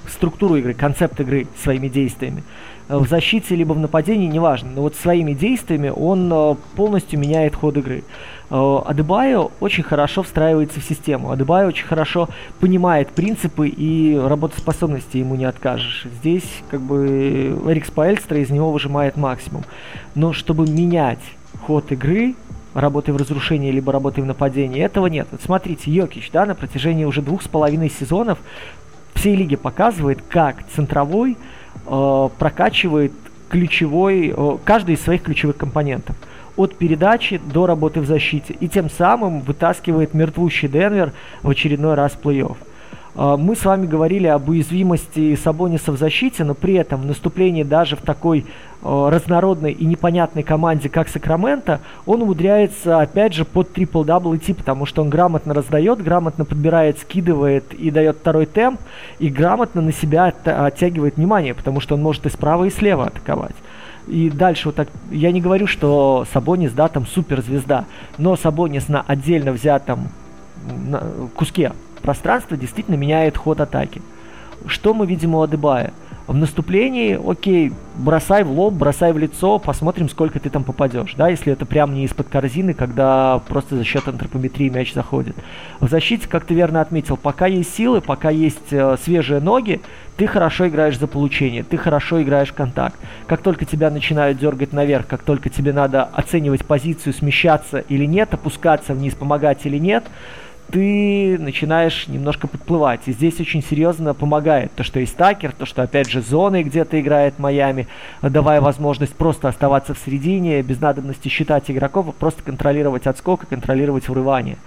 A: структуру игры, концепт игры своими действиями. В защите либо в нападении, неважно, но вот своими действиями он полностью меняет ход игры. Адебайо очень хорошо встраивается в систему. Адебайо очень хорошо понимает принципы и работоспособности, ему не откажешь. Здесь как бы Эрик Споэльстра из него выжимает максимум. Но чтобы менять ход игры, работой в разрушении либо работой в нападении, этого нет. Вот смотрите, Йокич, да, на протяжении уже двух с половиной сезонов всей лиге показывает, как центровой э, прокачивает ключевой, э, каждый из своих ключевых компонентов. От передачи до работы в защите. И тем самым вытаскивает мертвущий Денвер в очередной раз в плей-офф. Мы с вами говорили об уязвимости Сабониса в защите, но при этом в наступлении даже в такой э, разнородной и непонятной команде, как Сакраменто, он умудряется, опять же, под трипл-дабл идти, потому что он грамотно раздает, грамотно подбирает, скидывает и дает второй темп, и грамотно на себя от, оттягивает внимание, потому что он может и справа, и слева атаковать. И дальше вот так, я не говорю, что Сабонис, да, там суперзвезда, но Сабонис на отдельно взятом на куске пространства действительно меняет ход атаки. Что мы видим у Адебайо? В наступлении, окей, бросай в лоб, бросай в лицо, посмотрим, сколько ты там попадешь, да, если это прям не из-под корзины, когда просто за счет антропометрии мяч заходит. В защите, как ты верно отметил, пока есть силы, пока есть э, свежие ноги, ты хорошо играешь за получение, ты хорошо играешь в контакт. Как только тебя начинают дергать наверх, как только тебе надо оценивать позицию, смещаться или нет, опускаться вниз, помогать или нет, ты начинаешь немножко подплывать. И здесь очень серьезно помогает то, что есть Такер, то, что, опять же, зоной где-то играет Майами, давая возможность просто оставаться в середине, без надобности считать игроков, а просто контролировать отскок и контролировать врывание.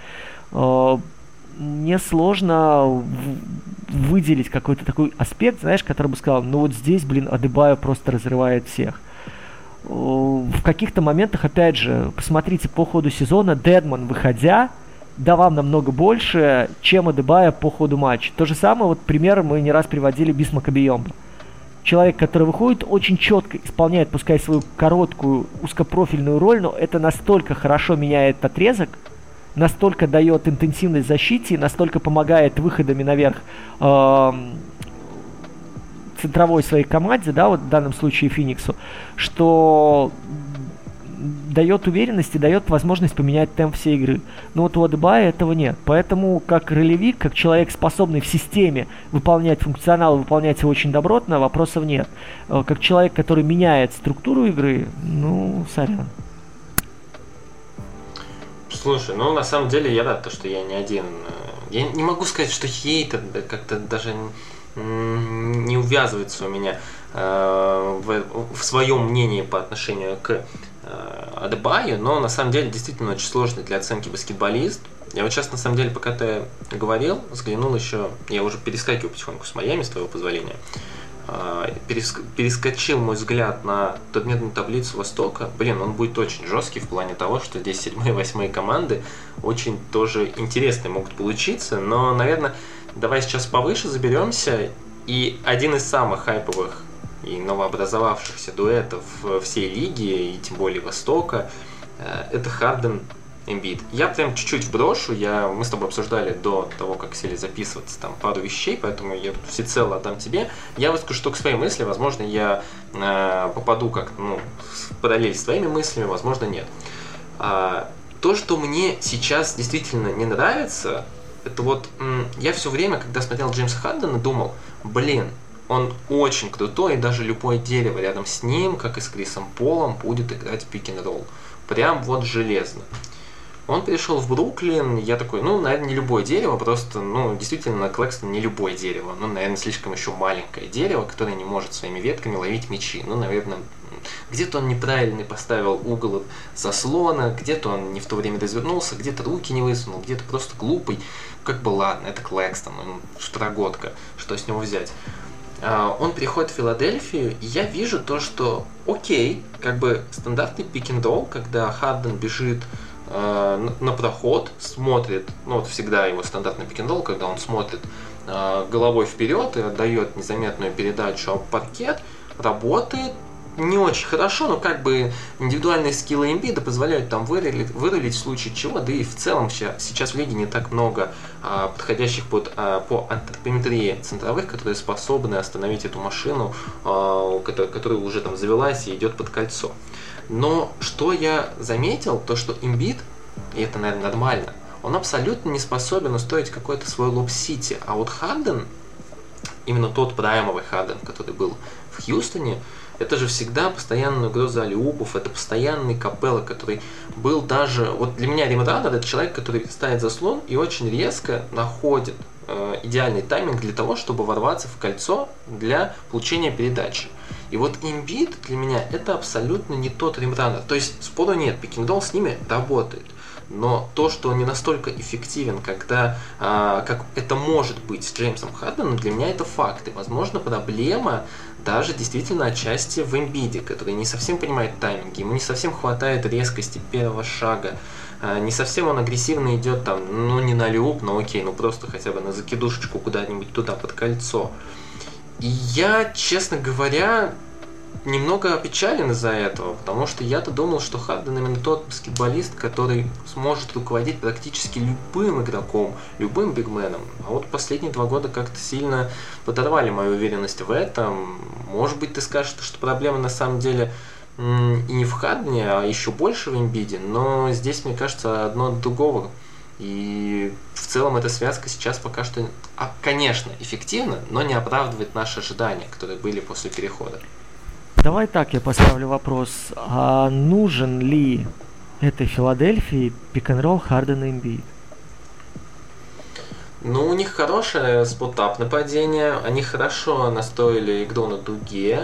A: Мне сложно выделить какой-то такой аспект, знаешь, который бы сказал, ну вот здесь, блин, Адебайо просто разрывает всех. В каких-то моментах, опять же, посмотрите по ходу сезона, Дедмон, выходя, давал намного больше, чем Адебайо по ходу матча. То же самое, вот пример мы не раз приводили Бисмака Бийомба. Человек, который выходит, очень четко исполняет, пускай свою короткую, узкопрофильную роль, но это настолько хорошо меняет отрезок, настолько дает интенсивность защите, настолько помогает выходами наверх э, центровой своей команде, да, вот в данном случае Фениксу, что дает уверенность и дает возможность поменять темп всей игры. Но вот у Адебайо этого нет. Поэтому как ролевик, как человек, способный в системе выполнять функционал, выполнять его очень добротно, вопросов нет. Как человек, который меняет структуру игры, ну, сорян.
B: Слушай, ну на самом деле я рад, то, что я не один. Я не могу сказать, что хейт как-то даже не увязывается у меня э, в, в своем мнении по отношению к Адебайо, но на самом деле действительно очень сложный для оценки баскетболист. Я вот сейчас на самом деле, пока ты говорил, взглянул еще, я уже перескакиваю потихоньку с Майами, с твоего позволения, перескочил мой взгляд на турнирную таблицу Востока. Блин, он будет очень жесткий в плане того, что здесь седьмые и восьмые команды очень тоже интересные могут получиться, но, наверное, давай сейчас повыше заберемся, и один из самых хайповых и новообразовавшихся дуэтов всей лиги, и тем более Востока, это Харден Эмбит. Я прям чуть-чуть вброшу, я, мы с тобой обсуждали до того, как сели записываться, там пару вещей, поэтому я всецело отдам тебе. Я выскажу только свои мысли, возможно, я э, попаду как, ну, в параллель с твоими мыслями, возможно, нет. А, то, что мне сейчас действительно не нравится, это вот, м- я все время, когда смотрел Джеймса Хардена, думал, блин, он очень крутой, и даже любое дерево рядом с ним, как и с Крисом Полом, будет играть пик-н-ролл. Прям вот железно. Он перешел в Бруклин, я такой, ну, наверное, не любое дерево, просто, ну, действительно, Клэкстон не любое дерево. Ну, наверное, слишком еще маленькое дерево, которое не может своими ветками ловить мячи. Ну, наверное, где-то он неправильно поставил угол заслона, где-то он не в то время развернулся, где-то руки не высунул, где-то просто глупый. Как бы ладно, это Клэкстон, он второгодка, что с него взять? Он приходит в Филадельфию, и я вижу то, что окей, как бы стандартный пик-н-ролл, когда Харден бежит э, на проход, смотрит, ну вот всегда его стандартный пик-н-ролл, когда он смотрит э, головой вперед и отдает незаметную передачу об паркет, работает, не очень хорошо, но как бы индивидуальные скиллы Эмбида позволяют там вырулить, вырулить в случае чего, да и в целом сейчас в лиге не так много а, подходящих под, а, по антропометрии центровых, которые способны остановить эту машину, а, которая, которая уже там завелась и идет под кольцо. Но что я заметил, то что Эмбид, и это, наверное, нормально, он абсолютно не способен устроить какой-то свой лоб-сити, а вот Харден, именно тот праймовый Харден, который был в Хьюстоне, это же всегда постоянная угроза алиупов, это постоянный Капелло, который был даже... Вот для меня римраннер — это человек, который ставит заслон и очень резко находит э, идеальный тайминг для того, чтобы ворваться в кольцо для получения передачи. И вот Эмбид для меня это абсолютно не тот римраннер. То есть спору нет, пик-н-ролл с ними работает. Но то, что он не настолько эффективен, когда, а, как это может быть с Джеймсом Харденом, для меня это факт. И, возможно, проблема даже действительно отчасти в Эмбиде, который не совсем понимает тайминги, ему не совсем хватает резкости первого шага, а, не совсем он агрессивно идет там, ну не на алиуп, но окей, ну просто хотя бы на закидушечку куда-нибудь туда под кольцо. И я, честно говоря, немного опечален из-за этого, потому что я-то думал, что Харден именно тот баскетболист, который сможет руководить практически любым игроком, любым бигменом. А вот последние два года как-то сильно подорвали мою уверенность в этом. Может быть, ты скажешь, что проблема на самом деле и не в Хардене, а еще больше в Эмбиде, но здесь, мне кажется, одно от другого. И в целом эта связка сейчас пока что, конечно, эффективна, но не оправдывает наши ожидания, которые были после перехода.
A: Давай так, я поставлю вопрос. А нужен ли этой Филадельфии пик-н-ролл Харден и Эмбид?
B: Ну, у них хорошее спот-ап нападение, они хорошо настроили игру на дуге.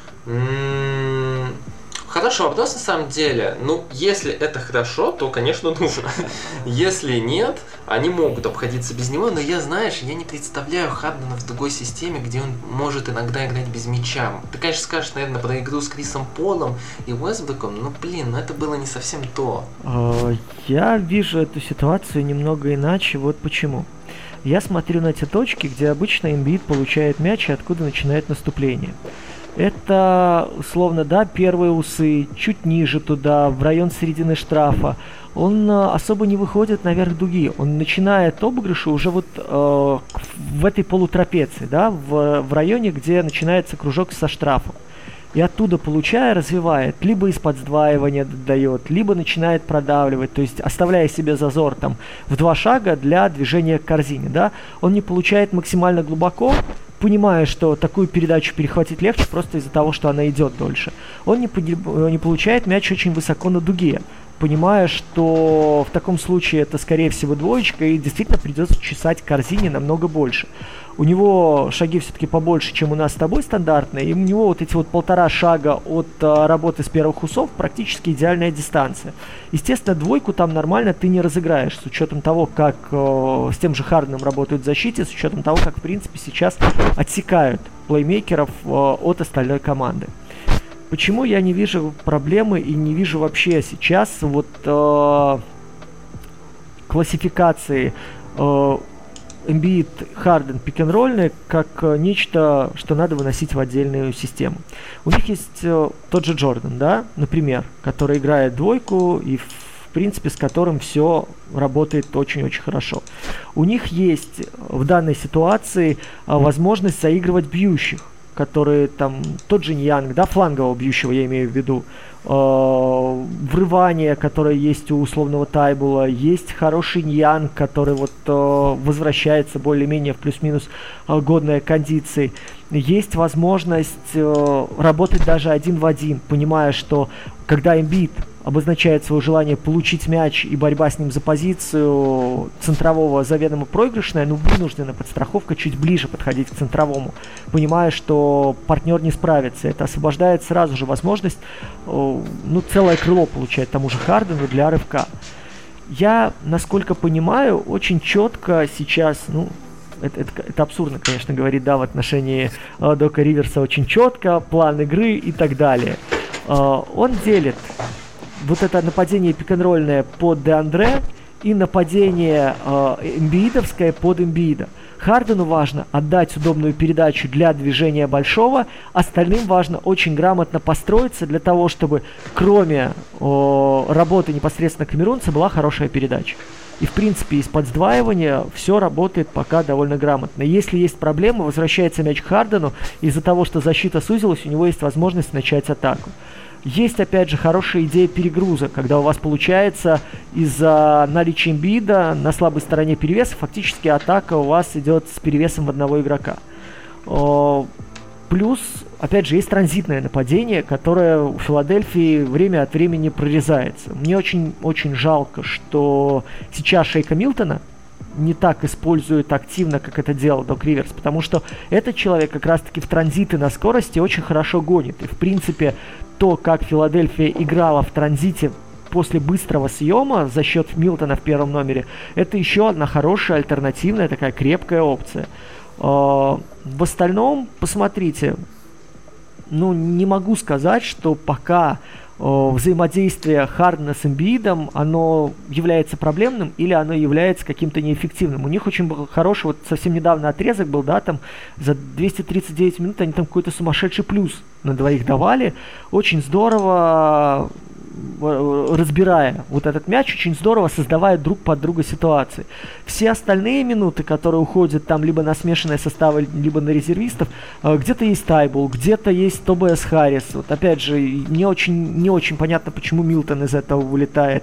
B: М-м- Хороший вопрос на самом деле. Ну, если это хорошо, то, конечно, нужно. Если нет, они могут обходиться без него, но я, знаешь, я не представляю Хардена в другой системе, где он может иногда играть без мяча. Ты, конечно, скажешь, наверное, про игру с Крисом Полом и Уэсбруком, но, блин, ну это было не совсем то.
A: Я вижу эту ситуацию немного иначе, вот почему. Я смотрю на те точки, где обычно Эмбид получает мяч и откуда начинает наступление. Это, условно, да, первые усы, чуть ниже туда, в район середины штрафа. Он э, особо не выходит наверх дуги. Он начинает обыгрыши уже вот э, в этой полутрапеции, да, в, в районе, где начинается кружок со штрафом. И оттуда, получая, развивает, либо из-под сдваивания дает, либо начинает продавливать, то есть оставляя себе зазор там в два шага для движения к корзине, да. Он не получает максимально глубоко, понимая, что такую передачу перехватить легче просто из-за того, что она идет дольше. Он не, не получает мяч очень высоко на дуге, понимая, что в таком случае это, скорее всего, двоечка, и действительно придется чесать к корзине намного больше. У него шаги все-таки побольше, чем у нас с тобой стандартные, и у него вот эти вот полтора шага от а, работы с первых усов практически идеальная дистанция. Естественно, двойку там нормально ты не разыграешь, с учетом того, как э, с тем же Харденом работают в защите, с учетом того, как, в принципе, сейчас отсекают плеймейкеров э, от остальной команды. Почему я не вижу проблемы и не вижу вообще сейчас вот э, классификации э, Эмбид, Харден, пик-н-ролльные как э, нечто, что надо выносить в отдельную систему. У них есть э, тот же Джордан, да, например, который играет двойку и в, в принципе с которым все работает очень-очень хорошо. У них есть в данной ситуации э, возможность заигрывать бьющих, которые там, тот же Ньянг, да, флангового бьющего я имею в виду, э, врывание, которое есть у условного Тайбула, есть хороший Ньянг, который вот э, возвращается более-менее в плюс-минус э, годные кондиции. Есть возможность э, работать даже один в один, понимая, что когда Эмбид обозначает свое желание получить мяч и борьба с ним за позицию центрового заведомо проигрышная, ну, вынуждена подстраховка чуть ближе подходить к центровому, понимая, что партнер не справится. Это освобождает сразу же возможность, ну, целое крыло получать тому же Хардену для рывка. Я, насколько понимаю, очень четко сейчас, ну, Это, это, это абсурдно, конечно, говорить, да, в отношении э, Дока Риверса очень четко, план игры и так далее. Э, он делит вот это нападение пик-н-ролльное под Деандре и нападение э, эмбиидовское под Эмбиида. Хардену важно отдать удобную передачу для движения большого, остальным важно очень грамотно построиться для того, чтобы кроме о, работы непосредственно камерунца была хорошая передача. И, в принципе, из-под сдваивания все работает пока довольно грамотно. Если есть проблемы, возвращается мяч к Хардену, из-за того, что защита сузилась, у него есть возможность начать атаку. Есть, опять же, хорошая идея перегруза, когда у вас получается из-за наличия Эмбиида на слабой стороне перевеса, фактически атака у вас идет с перевесом в одного игрока. Плюс, опять же, есть транзитное нападение, которое у Филадельфии время от времени прорезается. Мне очень-очень жалко, что сейчас Шейка Милтона не так использует активно, как это делал Док Риверс, потому что этот человек как раз-таки в транзиты на скорости очень хорошо гонит. И, в принципе, то, как Филадельфия играла в транзите после быстрого съема за счет Милтона в первом номере, это еще одна хорошая, альтернативная, такая крепкая опция. В остальном, посмотрите, ну, не могу сказать, что пока взаимодействие Хардена с Эмбиидом, оно является проблемным или оно является каким-то неэффективным. У них очень был хороший, вот совсем недавно отрезок был, да, там за двести тридцать девять минут они там какой-то сумасшедший плюс на двоих давали. Очень здорово разбирая вот этот мяч, очень здорово создавая друг под друга ситуации. Все остальные минуты, которые уходят там либо на смешанные составы, либо на резервистов, где-то есть Тайбул, где-то есть Тобиас Харрис. Вот опять же, не очень, не очень понятно, почему Милтон из этого вылетает.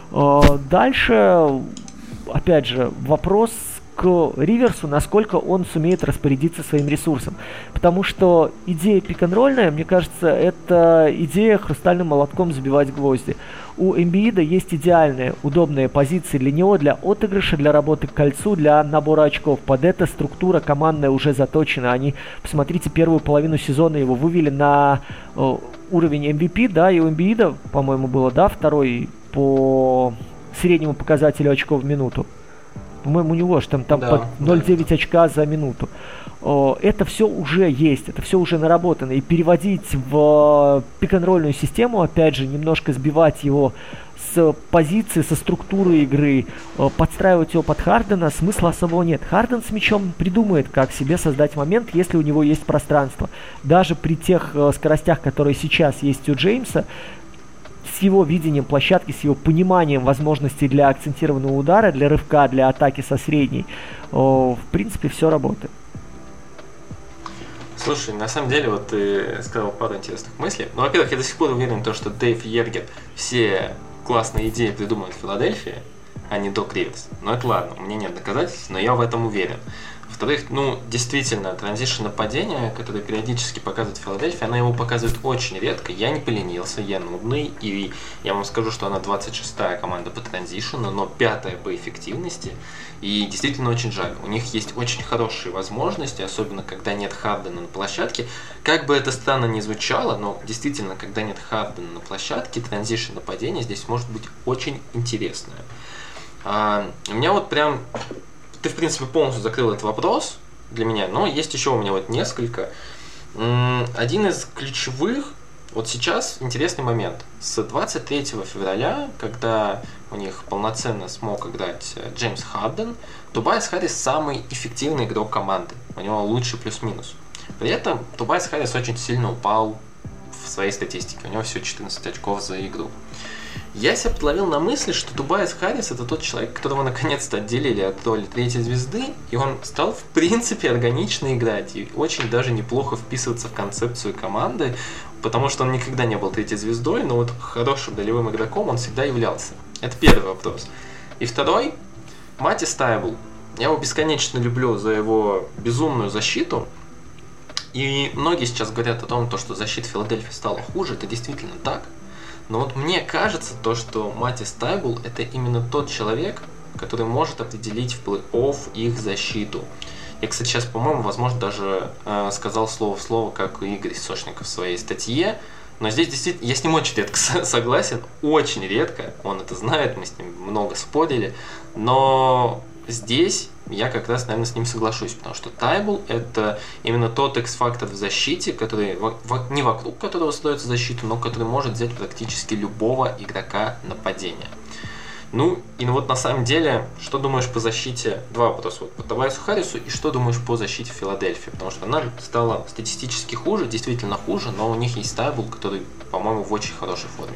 A: Дальше, опять же, вопрос к Риверсу, насколько он сумеет распорядиться своим ресурсом. Потому что идея пик-н-ролльная, мне кажется, это идея хрустальным молотком забивать гвозди. У Эмбиида есть идеальные, удобные позиции для него, для отыгрыша, для работы к кольцу, для набора очков. Под это структура командная уже заточена. Они, посмотрите, первую половину сезона его вывели на э, уровень эм ви пи, да, и у Эмбиида, по-моему, было, да, второй по среднему показателю очков в минуту. По-моему, у него же там, там
B: да,
A: под ноль целых девять
B: да.
A: очка за минуту. О, это все уже есть, это все уже наработано. И переводить в пик-н-ролльную систему, опять же, немножко сбивать его с позиции, со структуры игры, подстраивать его под Хардена, смысла особого нет. Харден с мячом придумает, как себе создать момент, если у него есть пространство. Даже при тех скоростях, которые сейчас есть у Джеймса, с его видением площадки, с его пониманием возможностей для акцентированного удара, для рывка, для атаки со средней, о, в принципе, все работает.
B: Слушай, на самом деле, вот ты сказал пару интересных мыслей. Ну, во-первых, я до сих пор уверен в том, что Дэйв Йергер все классные идеи придумывает в Филадельфии, а не Док Риверс. Но это ладно, у меня нет доказательств, но я в этом уверен. Во-вторых, ну, действительно, транзишн нападения, которое периодически показывает Филадельфия, она его показывает очень редко. Я не поленился, я нудный, и я вам скажу, что она двадцать шестая команда по транзишну, но пятая по эффективности. И действительно очень жаль. У них есть очень хорошие возможности, особенно когда нет Хардена на площадке. Как бы это странно ни звучало, но действительно, когда нет Хардена на площадке, транзишн нападения здесь может быть очень интересное. А, у меня вот прям... Ты, в принципе, полностью закрыл этот вопрос для меня, но есть еще у меня вот несколько. Один из ключевых, вот сейчас интересный момент. С двадцать третьего февраля, когда у них полноценно смог играть Джеймс Харден, Тобиас Харрис самый эффективный игрок команды. У него лучший плюс-минус. При этом Тобиас Харрис очень сильно упал в своей статистике. У него всего четырнадцать очков за игру. Я себя подловил на мысли, что Тобиас Харрис это тот человек, которого наконец-то отделили от роли третьей звезды, и он стал в принципе органично играть и очень даже неплохо вписываться в концепцию команды, потому что он никогда не был третьей звездой, но вот хорошим долевым игроком он всегда являлся. Это первый вопрос. И второй, Матис Тайбул. Я его бесконечно люблю за его безумную защиту. И многие сейчас говорят о том, что защита Филадельфии стала хуже. Это действительно так. Но вот мне кажется, то, что Матис Тайбул это именно тот человек, который может определить в плей-офф их защиту. Я, кстати, сейчас, по-моему, возможно, даже э, сказал слово в слово, как и Игорь Сошников в своей статье. Но здесь действительно, я с ним очень редко согласен, очень редко, он это знает, мы с ним много спорили. Но здесь я как раз, наверное, с ним соглашусь, потому что Тайбул это именно тот X-фактор в защите, который не вокруг которого создается защита, но который может взять практически любого игрока нападения. Ну, и вот на самом деле, что думаешь по защите, два вопроса, вот по Тобайасу Харрису, и что думаешь по защите Филадельфии, потому что она стала статистически хуже, действительно хуже, но у них есть Тайбл, который, по-моему, в очень хорошей форме.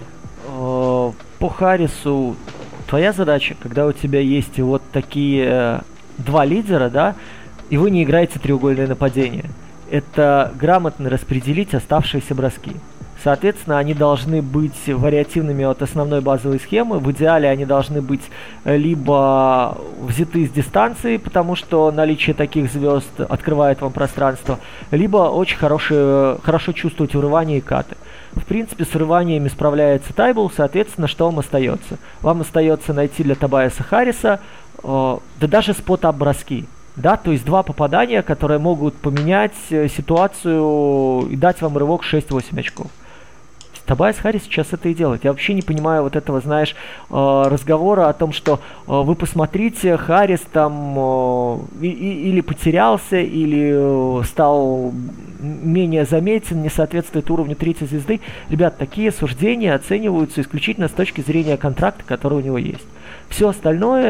A: По Харрису твоя задача, когда у тебя есть вот такие два лидера, да, и вы не играете треугольное нападение, это грамотно распределить оставшиеся броски. Соответственно, они должны быть вариативными от основной базовой схемы. В идеале они должны быть либо взяты с дистанции, потому что наличие таких звезд открывает вам пространство, либо очень хорошие, хорошо чувствовать вырывания и каты. В принципе, с вырываниями справляется Тайбл, соответственно, что вам остается? Вам остается найти для Тобайаса Харриса, э, да даже спот-ап броски. Да, то есть два попадания, которые могут поменять ситуацию и дать вам рывок шесть-восемь очков. Тобайас Харрис сейчас это и делает. Я вообще не понимаю вот этого, знаешь, разговора о том, что вы посмотрите, Харрис там и, и, или потерялся, или стал менее заметен, не соответствует уровню третьей звезды. Ребят, такие суждения оцениваются исключительно с точки зрения контракта, который у него есть. Все остальное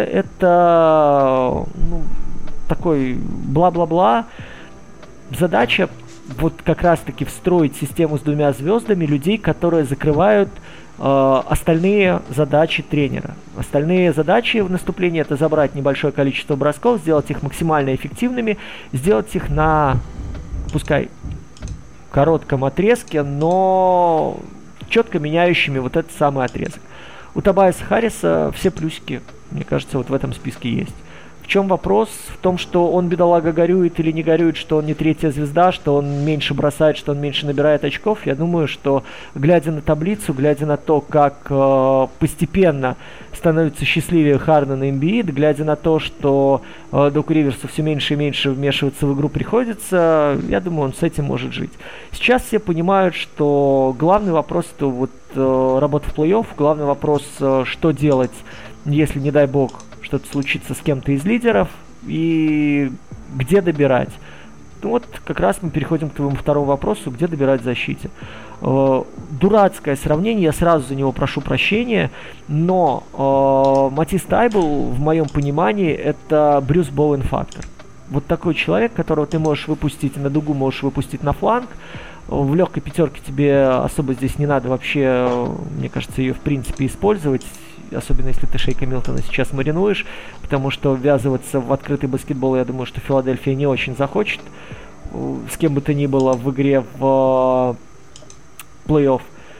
A: это, ну, такой бла-бла-бла. Задача вот как раз-таки встроить систему с двумя звездами людей, которые закрывают э, остальные задачи тренера. Остальные задачи в наступлении — это забрать небольшое количество бросков, сделать их максимально эффективными, сделать их на, пускай, коротком отрезке, но четко меняющими вот этот самый отрезок. У Тобайаса Харриса все плюсики, мне кажется, вот в этом списке есть. В чем вопрос? В том, что он, бедолага, горюет или не горюет, что он не третья звезда, что он меньше бросает, что он меньше набирает очков. Я думаю, что, глядя на таблицу, глядя на то, как э, постепенно становится счастливее Харден и Эмбиид, глядя на то, что э, Доку Риверсу все меньше и меньше вмешиваться в игру приходится, я думаю, он с этим может жить. Сейчас все понимают, что главный вопрос — это вот э, работа в плей-офф, главный вопрос, э, что делать, если, не дай бог, что-то случится с кем-то из лидеров, и где добирать. Ну вот как раз мы переходим к твоему второму вопросу, где добирать в защите. Э, дурацкое сравнение, я сразу за него прошу прощения, но э, Матис Тайбл, в моем понимании, это Брюс Боуэн-фактор. Вот такой человек, которого ты можешь выпустить на дугу, можешь выпустить на фланг. В легкой пятерке тебе особо здесь не надо вообще, мне кажется, ее в принципе использовать. Особенно если ты Шейка Милтона сейчас маринуешь, потому что ввязываться в открытый баскетбол, я думаю, что Филадельфия не очень захочет, с кем бы то ни было в игре в плей-офф.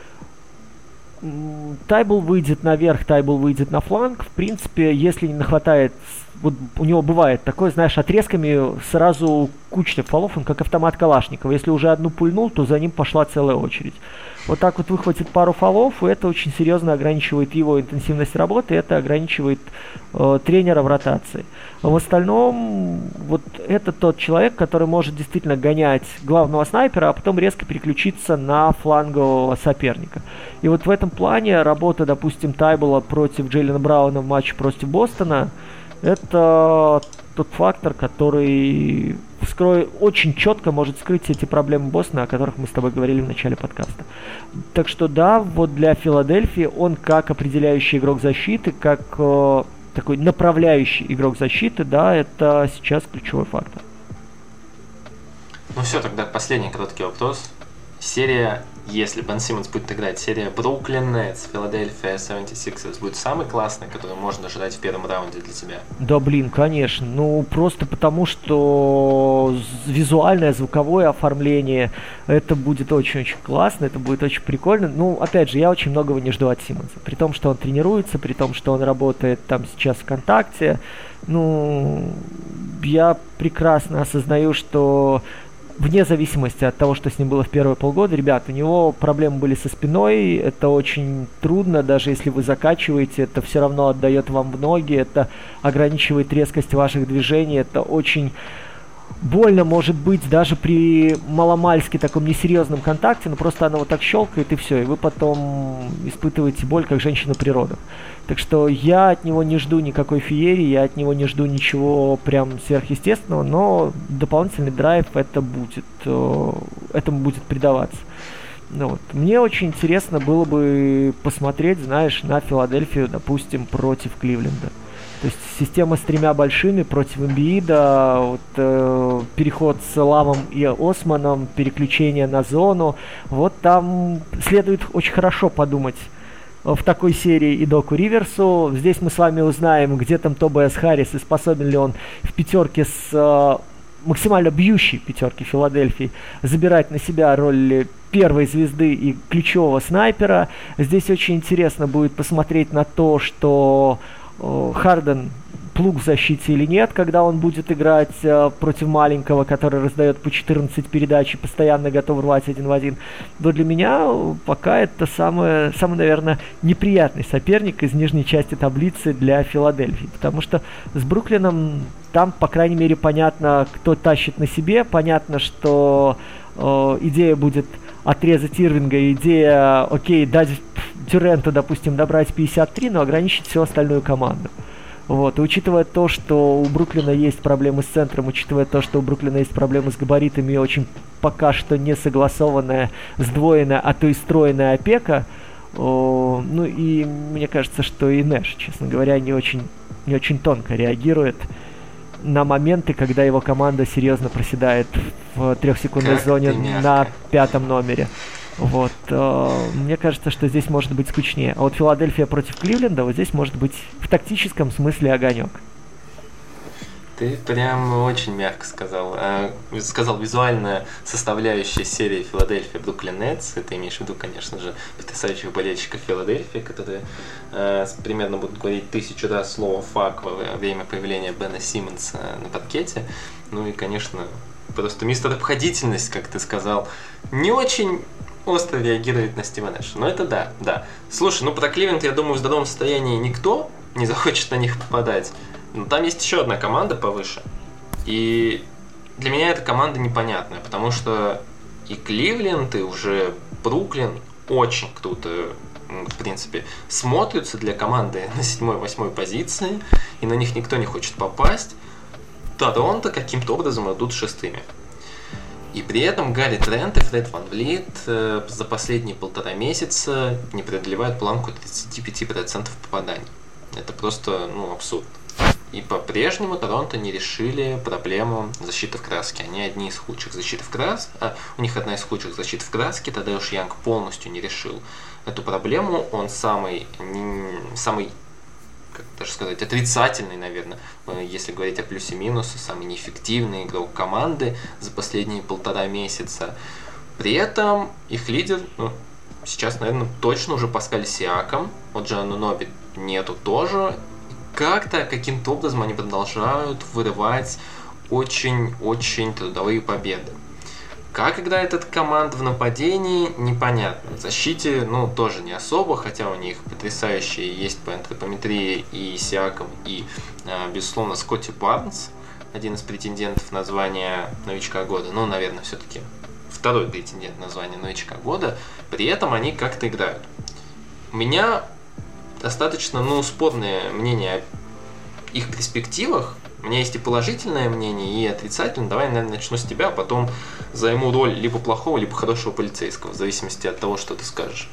A: Тайбл выйдет наверх, Тайбл выйдет на фланг. В принципе, если не хватает, вот у него бывает такое, знаешь, отрезками сразу куча фолов, он как автомат Калашникова. Если уже одну пульнул, то за ним пошла целая очередь. Вот так вот выхватит пару фолов, и это очень серьезно ограничивает его интенсивность работы, и это ограничивает э, тренера в ротации. А в остальном, вот это тот человек, который может действительно гонять главного снайпера, а потом резко переключиться на флангового соперника. И вот в этом плане работа, допустим, Тайбла против Джейлена Брауна в матче против Бостона, это тот фактор, который вскрой, очень четко может скрыть эти проблемы Бостона, о которых мы с тобой говорили в начале подкаста. Так что да, вот для Филадельфии он как определяющий игрок защиты, как э, такой направляющий игрок защиты, да, это сейчас ключевой фактор.
B: Ну все, тогда последний короткий вопрос. Серия, если Бен Симмонс будет играть, серия Бруклин Нетс, Филадельфия семьдесят шесть будет самой классной, которую можно ожидать в первом раунде для тебя?
A: Да блин, конечно. Ну просто потому, что визуальное, звуковое оформление, это будет очень-очень классно, это будет очень прикольно. Ну, опять же, я очень многого не жду от Симмонса. При том, что он тренируется, при том, что он работает там сейчас ВКонтакте. Ну, я прекрасно осознаю, что вне зависимости от того, что с ним было в первые полгода, ребят, у него проблемы были со спиной, это очень трудно, даже если вы закачиваете, это все равно отдает вам в ноги, это ограничивает резкость ваших движений, это очень больно может быть даже при маломальски таком несерьезном контакте, но просто оно вот так щелкает и все, и вы потом испытываете боль, как женщина при родах. Так что я от него не жду никакой феерии, я от него не жду ничего прям сверхъестественного, но дополнительный драйв это будет, этому будет придаваться. Ну, вот. Мне очень интересно было бы посмотреть, знаешь, на Филадельфию, допустим, против Кливленда. То есть система с тремя большими против Эмбиида, вот, э, переход с Ламом и Османом, переключение на зону. Вот там следует очень хорошо подумать в такой серии и Доку Риверсу. Здесь мы с вами узнаем, где там Тобиас Харрис и способен ли он в пятерке с э, максимально бьющей пятерки Филадельфии забирать на себя роль первой звезды и ключевого снайпера. Здесь очень интересно будет посмотреть на то, что э, Харден плуг в защите или нет, когда он будет играть э, против маленького, который раздает по четырнадцать передач и постоянно готов рвать один в один. Но для меня пока это самый, самый, наверное, неприятный соперник из нижней части таблицы для Филадельфии. Потому что с Бруклином там, по крайней мере, понятно, кто тащит на себе. Понятно, что э, идея будет отрезать Ирвинга, идея, окей, дать Дюренту, допустим, добрать пятьдесят три, но ограничить всю остальную команду. Вот. И учитывая то, что у Бруклина есть проблемы с центром, учитывая то, что у Бруклина есть проблемы с габаритами и очень пока что не согласованная, сдвоенная, а то и стройная опека, о, ну и мне кажется, что и Нэш, честно говоря, не очень, не очень тонко реагирует на моменты, когда его команда серьезно проседает в трехсекундной зоне на пятом номере. Вот. Э, мне кажется, что здесь может быть скучнее. А вот Филадельфия против Кливленда, вот здесь может быть в тактическом смысле огонек.
B: Ты прям очень мягко сказал. Э, сказал визуальная составляющая серии Филадельфия Бруклин Нетс. Это имеешь в виду, конечно же, потрясающих болельщиков Филадельфии, которые э, примерно будут говорить тысячу раз слово «фак» во время появления Бена Симмонса на паркете. Ну и, конечно, просто мистер обходительность, как ты сказал, не очень остро реагирует на Стива Нэша. Но это да, да. Слушай, ну про Кливленд, я думаю, в здоровом состоянии никто не захочет на них попадать. Но там есть еще одна команда повыше. И для меня эта команда непонятная, потому что и Кливленд, и уже Бруклин очень круто, в принципе, смотрятся для команды на седьмой-восьмой позиции, и на них никто не хочет попасть. Торонто каким-то образом идут шестыми. И при этом Гарри Трент и Фред Ван Влит э, за последние полтора месяца не преодолевают планку тридцать пять процентов попаданий. Это просто, ну, абсурд. И по-прежнему Торонто не решили проблему защиты в краске. Они одни из худших защит в краске. А, у них одна из худших защит в краске. Тадеуш Янг полностью не решил эту проблему. Он самый, самый, как даже сказать, отрицательный, наверное, если говорить о плюсе-минусе, самый неэффективный игрок команды за последние полтора месяца. При этом их лидер, ну, сейчас, наверное, точно уже Паскаль Сиакам, вот же Ануноби нету тоже. Как-то, каким-то образом они продолжают вырывать очень-очень трудовые победы. Как играет эта команда в нападении, непонятно. В защите, ну, тоже не особо, хотя у них потрясающие есть по антропометрии и Сиакам, и, безусловно, Скотти Барнс, один из претендентов на звание новичка года. Ну, наверное, все-таки второй претендент на звание новичка года. При этом они как-то играют. У меня достаточно, ну, спорное мнение о их перспективах. У меня есть и положительное мнение, и отрицательное. Давай, наверное, начну с тебя, а потом займу роль либо плохого, либо хорошего полицейского, в зависимости от того, что ты скажешь.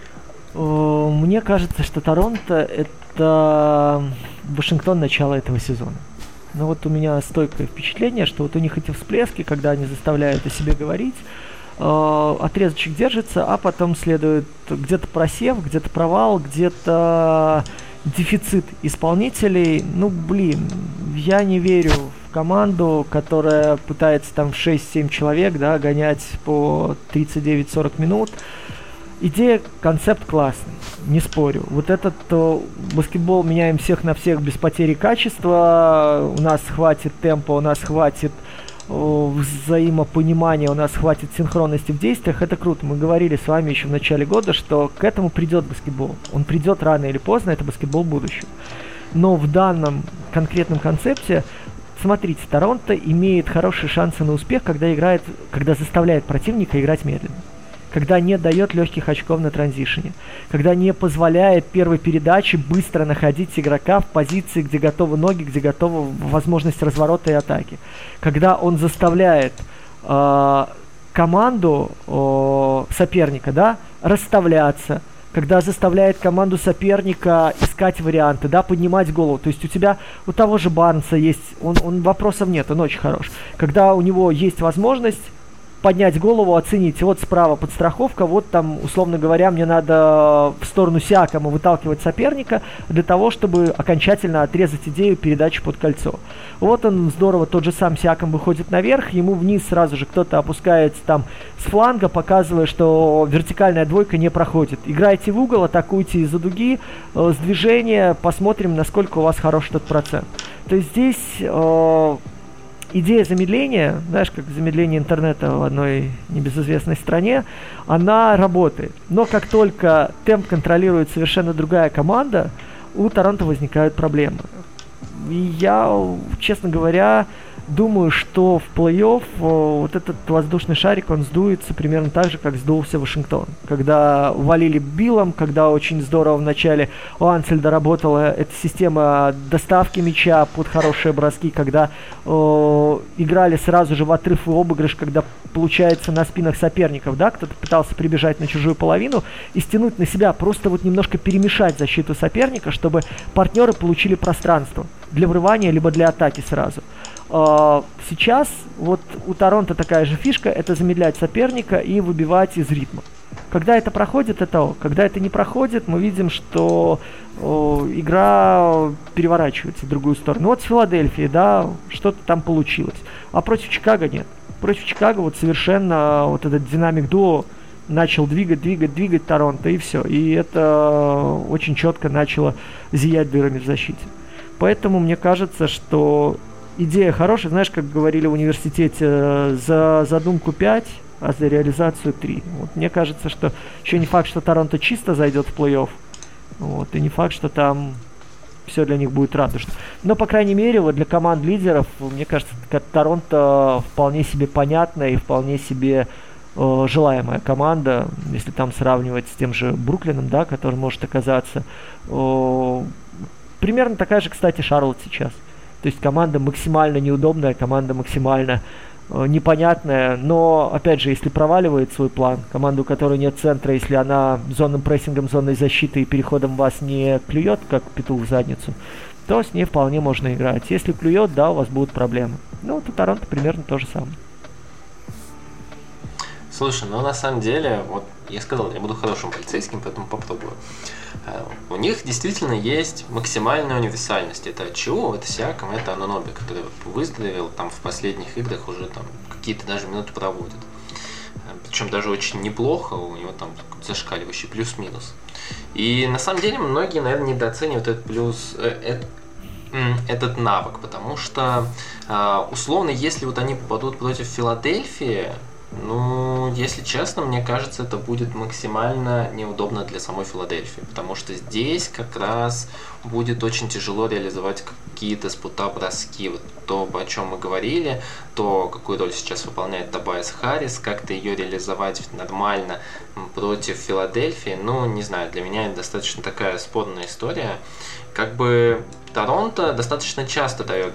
A: Мне кажется, что Торонто — это Вашингтон начала этого сезона. Но вот у меня стойкое впечатление, что вот у них эти всплески, когда они заставляют о себе говорить, отрезочек держится, а потом следует где-то просев, где-то провал, где-то дефицит исполнителей. Ну, блин, я не верю в команду, которая пытается там шесть-семь человек, да, гонять по тридцать девять сорок минут. Идея, концепт классный, не спорю. Вот этот то, баскетбол меняем всех на всех без потери качества. У нас хватит темпа, у нас хватит взаимопонимания, у нас хватит синхронности в действиях. Это круто. Мы говорили с вами еще в начале года, что к этому придет баскетбол. Он придет рано или поздно, это баскетбол будущего. Но в данном конкретном концепте, смотрите, Торонто имеет хорошие шансы на успех, когда играет, когда заставляет противника играть медленно, когда не дает легких очков на транзишене, когда не позволяет первой передаче быстро находить игрока в позиции, где готовы ноги, где готова возможность разворота и атаки, когда он заставляет э, команду о, соперника, да, расставляться, когда заставляет команду соперника искать варианты, да, поднимать голову. То есть у тебя, у того же Барнса есть, он, он вопросов нет, он очень хорош. Когда у него есть возможность поднять голову, оценить, вот справа подстраховка, вот там, условно говоря, мне надо в сторону Сиакама выталкивать соперника для того, чтобы окончательно отрезать идею передачи под кольцо. Вот он здорово, тот же сам Сиакам выходит наверх, ему вниз сразу же кто-то опускается там с фланга, показывая, что вертикальная двойка не проходит. Играйте в угол, атакуйте из-за дуги, э, с движения, посмотрим, насколько у вас хороший этот процент. То есть здесь... Э, Идея замедления, знаешь, как замедление интернета в одной небезызвестной стране, она работает. Но как только темп контролирует совершенно другая команда, у Торонто возникают проблемы. И я, честно говоря, думаю, что в плей-офф вот этот воздушный шарик, он сдуется примерно так же, как сдулся Вашингтон. Когда валили Биллом, когда очень здорово в начале у Ансельда работала эта система доставки мяча под хорошие броски, когда э, играли сразу же в отрыв и обыгрыш, когда получается на спинах соперников, да, кто-то пытался прибежать на чужую половину и стянуть на себя, просто вот немножко перемешать защиту соперника, чтобы партнеры получили пространство для врывания, либо для атаки сразу. Сейчас вот у Торонто такая же фишка, это замедлять соперника и выбивать из ритма. Когда это проходит, это ок. Когда это не проходит, мы видим, что о, игра переворачивается в другую сторону. Вот с Филадельфией, да, что-то там получилось. А против Чикаго нет. Против Чикаго вот совершенно вот этот динамик дуо начал двигать, двигать, двигать Торонто, и все. И это очень четко начало зиять дырами в защите. Поэтому мне кажется, что идея хорошая, знаешь, как говорили в университете, за задумку пять, а за реализацию три. Вот, мне кажется, что еще не факт, что Торонто чисто зайдет в плей-офф, вот, и не факт, что там все для них будет радужно. Но, по крайней мере, вот для команд лидеров, мне кажется, Торонто вполне себе понятная и вполне себе э, желаемая команда, если там сравнивать с тем же Бруклином, да, который может оказаться. Э, примерно такая же, кстати, Шарлотт сейчас. То есть команда максимально неудобная, команда максимально э, непонятная, но, опять же, если проваливает свой план, команда, у которой нет центра, если она зонным прессингом, зонной защитой и переходом вас не клюет, как петух в задницу, то с ней вполне можно играть. Если клюет, да, у вас будут проблемы. Ну, вот у Торонто примерно то же самое.
B: Слушай, ну на самом деле, вот я сказал, я буду хорошим полицейским, поэтому попробую. У них действительно есть максимальная универсальность. Это Ачу, это Сиакам, это Ананоби, который выздоровел там в последних играх, уже там какие-то даже минуты проводит. Причем даже очень неплохо, у него там зашкаливающий плюс-минус. И на самом деле многие, наверное, недооценивают этот плюс, э, э, этот навык, потому что условно, если вот они попадут против Филадельфии, ну, если честно, мне кажется, это будет максимально неудобно для самой Филадельфии, потому что здесь как раз будет очень тяжело реализовать какие-то спута броски. Вот то, о чем мы говорили, то, какую роль сейчас выполняет Тобайас Харрис, как-то ее реализовать нормально против Филадельфии, ну, не знаю, для меня это достаточно такая спорная история. Как бы Торонто достаточно часто дает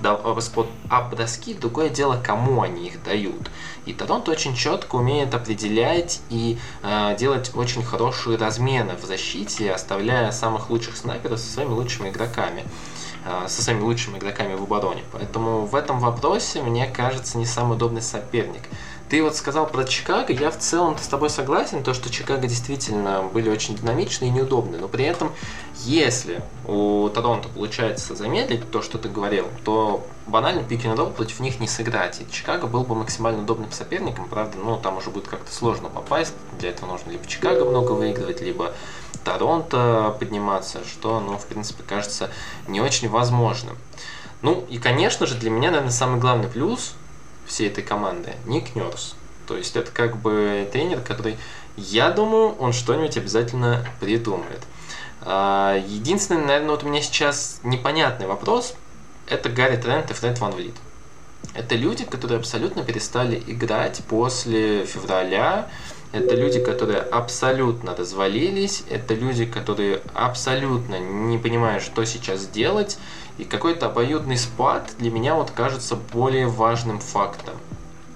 B: спот-ап броски, другое дело, кому они их дают. И Торонто очень четко умеет определять и э, делать очень хорошие размены в защите, оставляя самых лучших снайперов со своими лучшими игроками, э, со своими лучшими игроками в обороне. Поэтому в этом вопросе, мне кажется, не самый удобный соперник. Ты вот сказал про Чикаго, я в целом с тобой согласен, то, что Чикаго действительно были очень динамичные и неудобные, но при этом, если у Торонто получается замедлить то, что ты говорил, то банально пик-н-ролл против них не сыграть, и Чикаго был бы максимально удобным соперником, правда, ну, там уже будет как-то сложно попасть, для этого нужно либо Чикаго много выигрывать, либо Торонто подниматься, что, ну, в принципе, кажется не очень возможным. Ну, и, конечно же, для меня, наверное, самый главный плюс всей этой команды Ник Нёрс. То есть это как бы тренер, который, я думаю, он что-нибудь обязательно придумает. Единственный, наверное, вот у меня сейчас непонятный вопрос, это Гарри Трент и Фред VanVleet. Это люди, которые абсолютно перестали играть после февраля. Это люди, которые абсолютно развалились. Это люди, которые абсолютно не понимают, что сейчас делать. И какой-то обоюдный спад для меня вот кажется более важным фактом.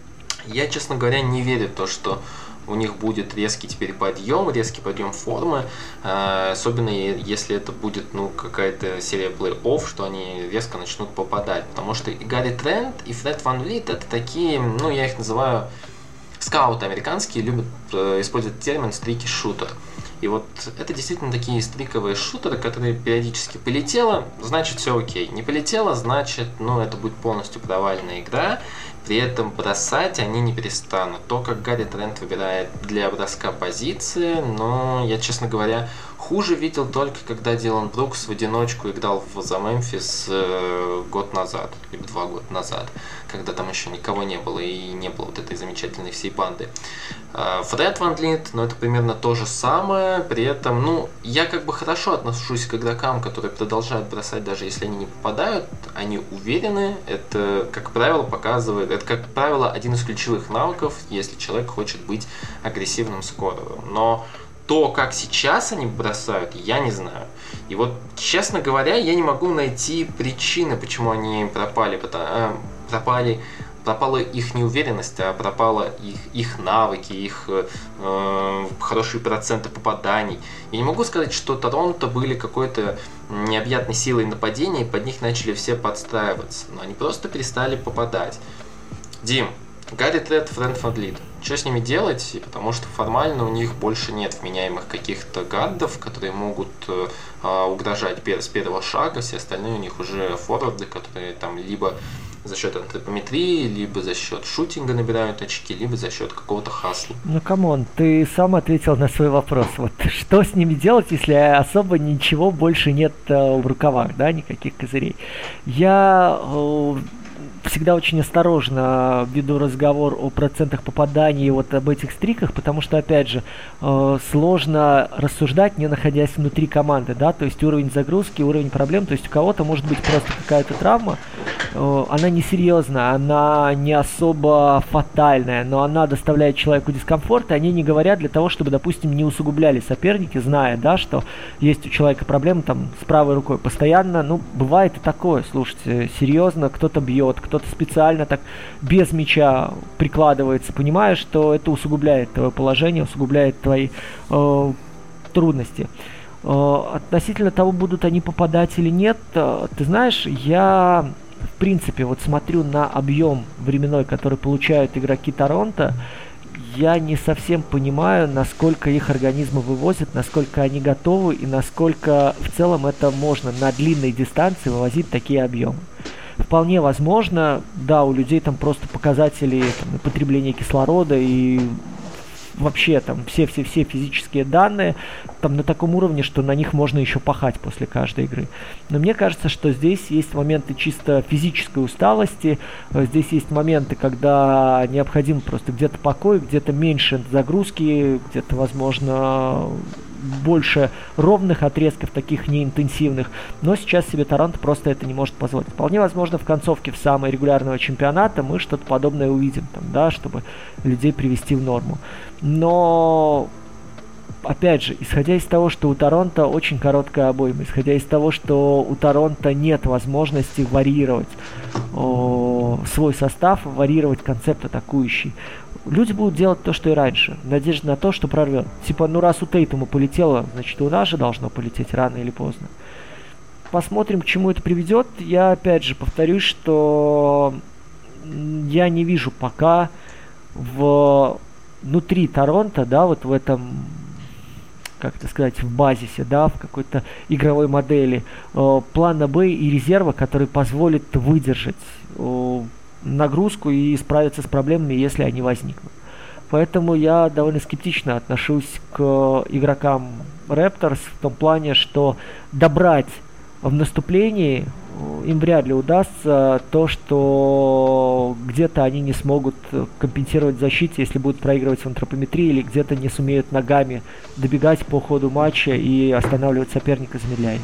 B: Я, честно говоря, не верю в то, что у них будет резкий теперь подъем, резкий подъем формы, особенно если это будет, ну, какая-то серия плей-офф, что они резко начнут попадать, потому что и Гарри Трент, и Фред Ван Влит это такие, ну, я их называю скауты американские, любят использовать термин «стрики-шутер». И вот это действительно такие стриковые шутеры, которые периодически полетело, значит все окей. Не полетело, значит, ну, это будет полностью провальная игра. При этом бросать они не перестанут. То, как Гарри Трент выбирает для броска позиции, но я, честно говоря, хуже видел только, когда Дилан Брукс в одиночку играл за Мемфис год назад, либо два года назад, когда там еще никого не было и не было вот этой замечательной всей банды. Фред Ван Влит, ну, это примерно то же самое, при этом, ну, я как бы хорошо отношусь к игрокам, которые продолжают бросать, даже если они не попадают, они уверены, это, как правило, показывает, это, как правило, один из ключевых навыков, если человек хочет быть агрессивным скорером, но то, как сейчас они бросают, я не знаю. И вот, честно говоря, я не могу найти причины, почему они пропали, пропали пропала их неуверенность, а пропала их, их навыки, их э, хорошие проценты попаданий. Я не могу сказать, что Торонто были какой-то необъятной силой нападения, и под них начали все подстраиваться. Но они просто перестали попадать. Дим, Гарри Трент, Фред Ван Влит. Что с ними делать? Потому что формально у них больше нет вменяемых каких-то гардов, которые могут э, угрожать с первого шага. Все остальные у них уже форварды, которые там либо за счет антропометрии, либо за счет шутинга набирают очки, либо за счет какого-то хасла.
A: Ну, камон, ты сам ответил на свой вопрос. Вот что с ними делать, если особо ничего больше нет э, в рукавах, да, никаких козырей? Я э, всегда очень осторожно веду разговор о процентах попаданий, вот об этих стриках, потому что, опять же, э, сложно рассуждать, не находясь внутри команды, да, то есть уровень загрузки, уровень проблем, то есть у кого-то может быть просто какая-то травма, э, она несерьезная, она не особо фатальная, но она доставляет человеку дискомфорт, и они не говорят для того, чтобы, допустим, не усугубляли соперники, зная, да, что есть у человека проблемы там с правой рукой постоянно, ну, бывает и такое, слушайте, серьезно, кто-то бьет, кто-то специально так без мяча прикладывается, понимаешь, что это усугубляет твое положение, усугубляет твои э, трудности. Э, относительно того, будут они попадать или нет, э, ты знаешь, я в принципе вот смотрю на объем временной, который получают игроки Торонто, я не совсем понимаю, насколько их организмы вывозят, насколько они готовы и насколько в целом это можно на длинной дистанции вывозить такие объемы. Вполне возможно, да, у людей там просто показатели там, потребления кислорода и вообще там все-все-все физические данные там на таком уровне, что на них можно еще пахать после каждой игры. Но мне кажется, что здесь есть моменты чисто физической усталости, здесь есть моменты, когда необходим просто где-то покой, где-то меньше загрузки, где-то, возможно, больше ровных отрезков, таких неинтенсивных, но сейчас себе Торонто просто это не может позволить. Вполне возможно, в концовке в самой регулярного чемпионата мы что-то подобное увидим, там, да, чтобы людей привести в норму. Но опять же, исходя из того, что у Торонто очень короткая обойма, исходя из того, что у Торонто нет возможности варьировать о, свой состав, варьировать концепт атакующий, люди будут делать то, что и раньше. Надежда на то, что прорвет. Типа, ну раз у Тейтума полетело, значит и у нас же должно полететь рано или поздно. Посмотрим, к чему это приведет. Я опять же повторюсь, что я не вижу пока в... внутри Торонто, да, вот в этом, как это сказать, в базисе, да, в какой-то игровой модели э, плана Б и резерва, который позволит выдержать э, нагрузку и справиться с проблемами, если они возникнут. Поэтому я довольно скептично отношусь к игрокам Raptors в том плане, что добрать в наступлении им вряд ли удастся то, что где-то они не смогут компенсировать в защите, если будут проигрывать в антропометрии, или где-то не сумеют ногами добегать по ходу матча и останавливать соперника, замедляя.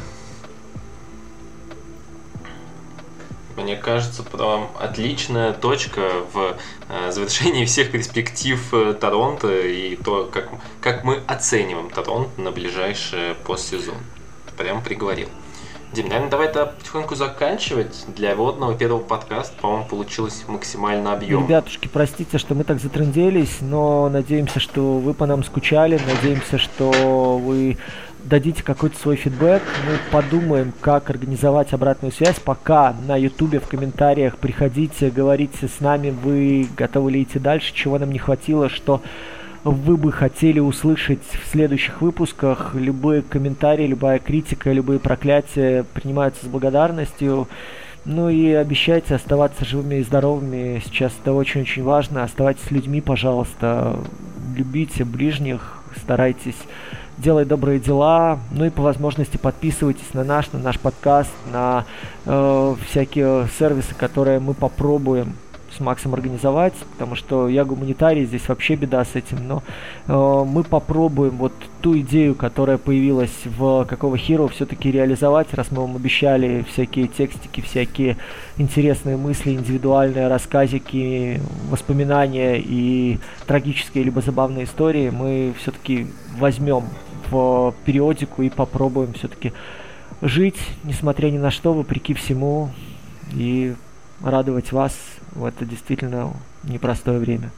B: Мне кажется, прям отличная точка в э, завершении всех перспектив э, Торонто и то, как, как мы оцениваем Торонто на ближайший постсезон. Прям приговорил. Дим, наверное, давай это потихоньку заканчивать. Для водного первого подкаста, по-моему, получилось максимально объемно.
A: Ребятушки, простите, что мы так затрынделись, но надеемся, что вы по нам скучали, надеемся, что вы дадите какой-то свой фидбэк. Мы подумаем, как организовать обратную связь. Пока на ютубе в комментариях приходите, говорите с нами, вы готовы ли идти дальше, чего нам не хватило, что вы бы хотели услышать в следующих выпусках. Любые комментарии, любая критика, любые проклятия принимаются с благодарностью. Ну и обещайте оставаться живыми и здоровыми. Сейчас это очень-очень важно. Оставайтесь людьми, пожалуйста. Любите ближних, старайтесь делать добрые дела. Ну и по возможности подписывайтесь на наш, на наш подкаст, на э, всякие сервисы, которые мы попробуем с Максом организовать, потому что я гуманитарий, здесь вообще беда с этим, но э, мы попробуем вот ту идею, которая появилась в Какого Hero, все-таки реализовать, раз мы вам обещали всякие текстики, всякие интересные мысли, индивидуальные рассказики, воспоминания и трагические либо забавные истории, мы все-таки возьмем в периодику и попробуем все-таки жить, несмотря ни на что, вопреки всему, и радовать вас в это действительно непростое время.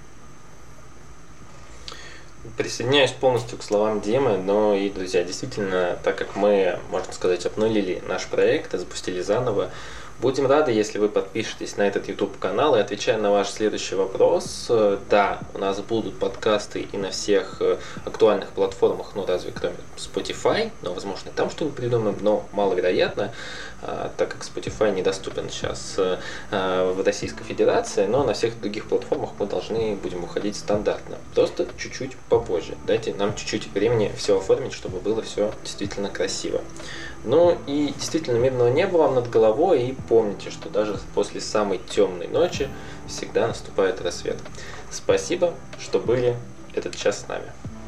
B: Присоединяюсь полностью к словам Димы, но и, друзья, действительно, так как мы, можно сказать, обнулили наш проект и запустили заново, будем рады, если вы подпишетесь на этот YouTube-канал. И отвечая на ваш следующий вопрос, да, у нас будут подкасты и на всех актуальных платформах, ну разве кроме Spotify, но возможно там что-нибудь придумаем, но маловероятно, так как Spotify недоступен сейчас в Российской Федерации, но на всех других платформах мы должны будем уходить стандартно, просто чуть-чуть попозже. Дайте нам чуть-чуть времени все оформить, чтобы было все действительно красиво. Ну и действительно мирного неба вам над головой, и помните, что даже после самой темной ночи всегда наступает рассвет. Спасибо, что были этот час с нами.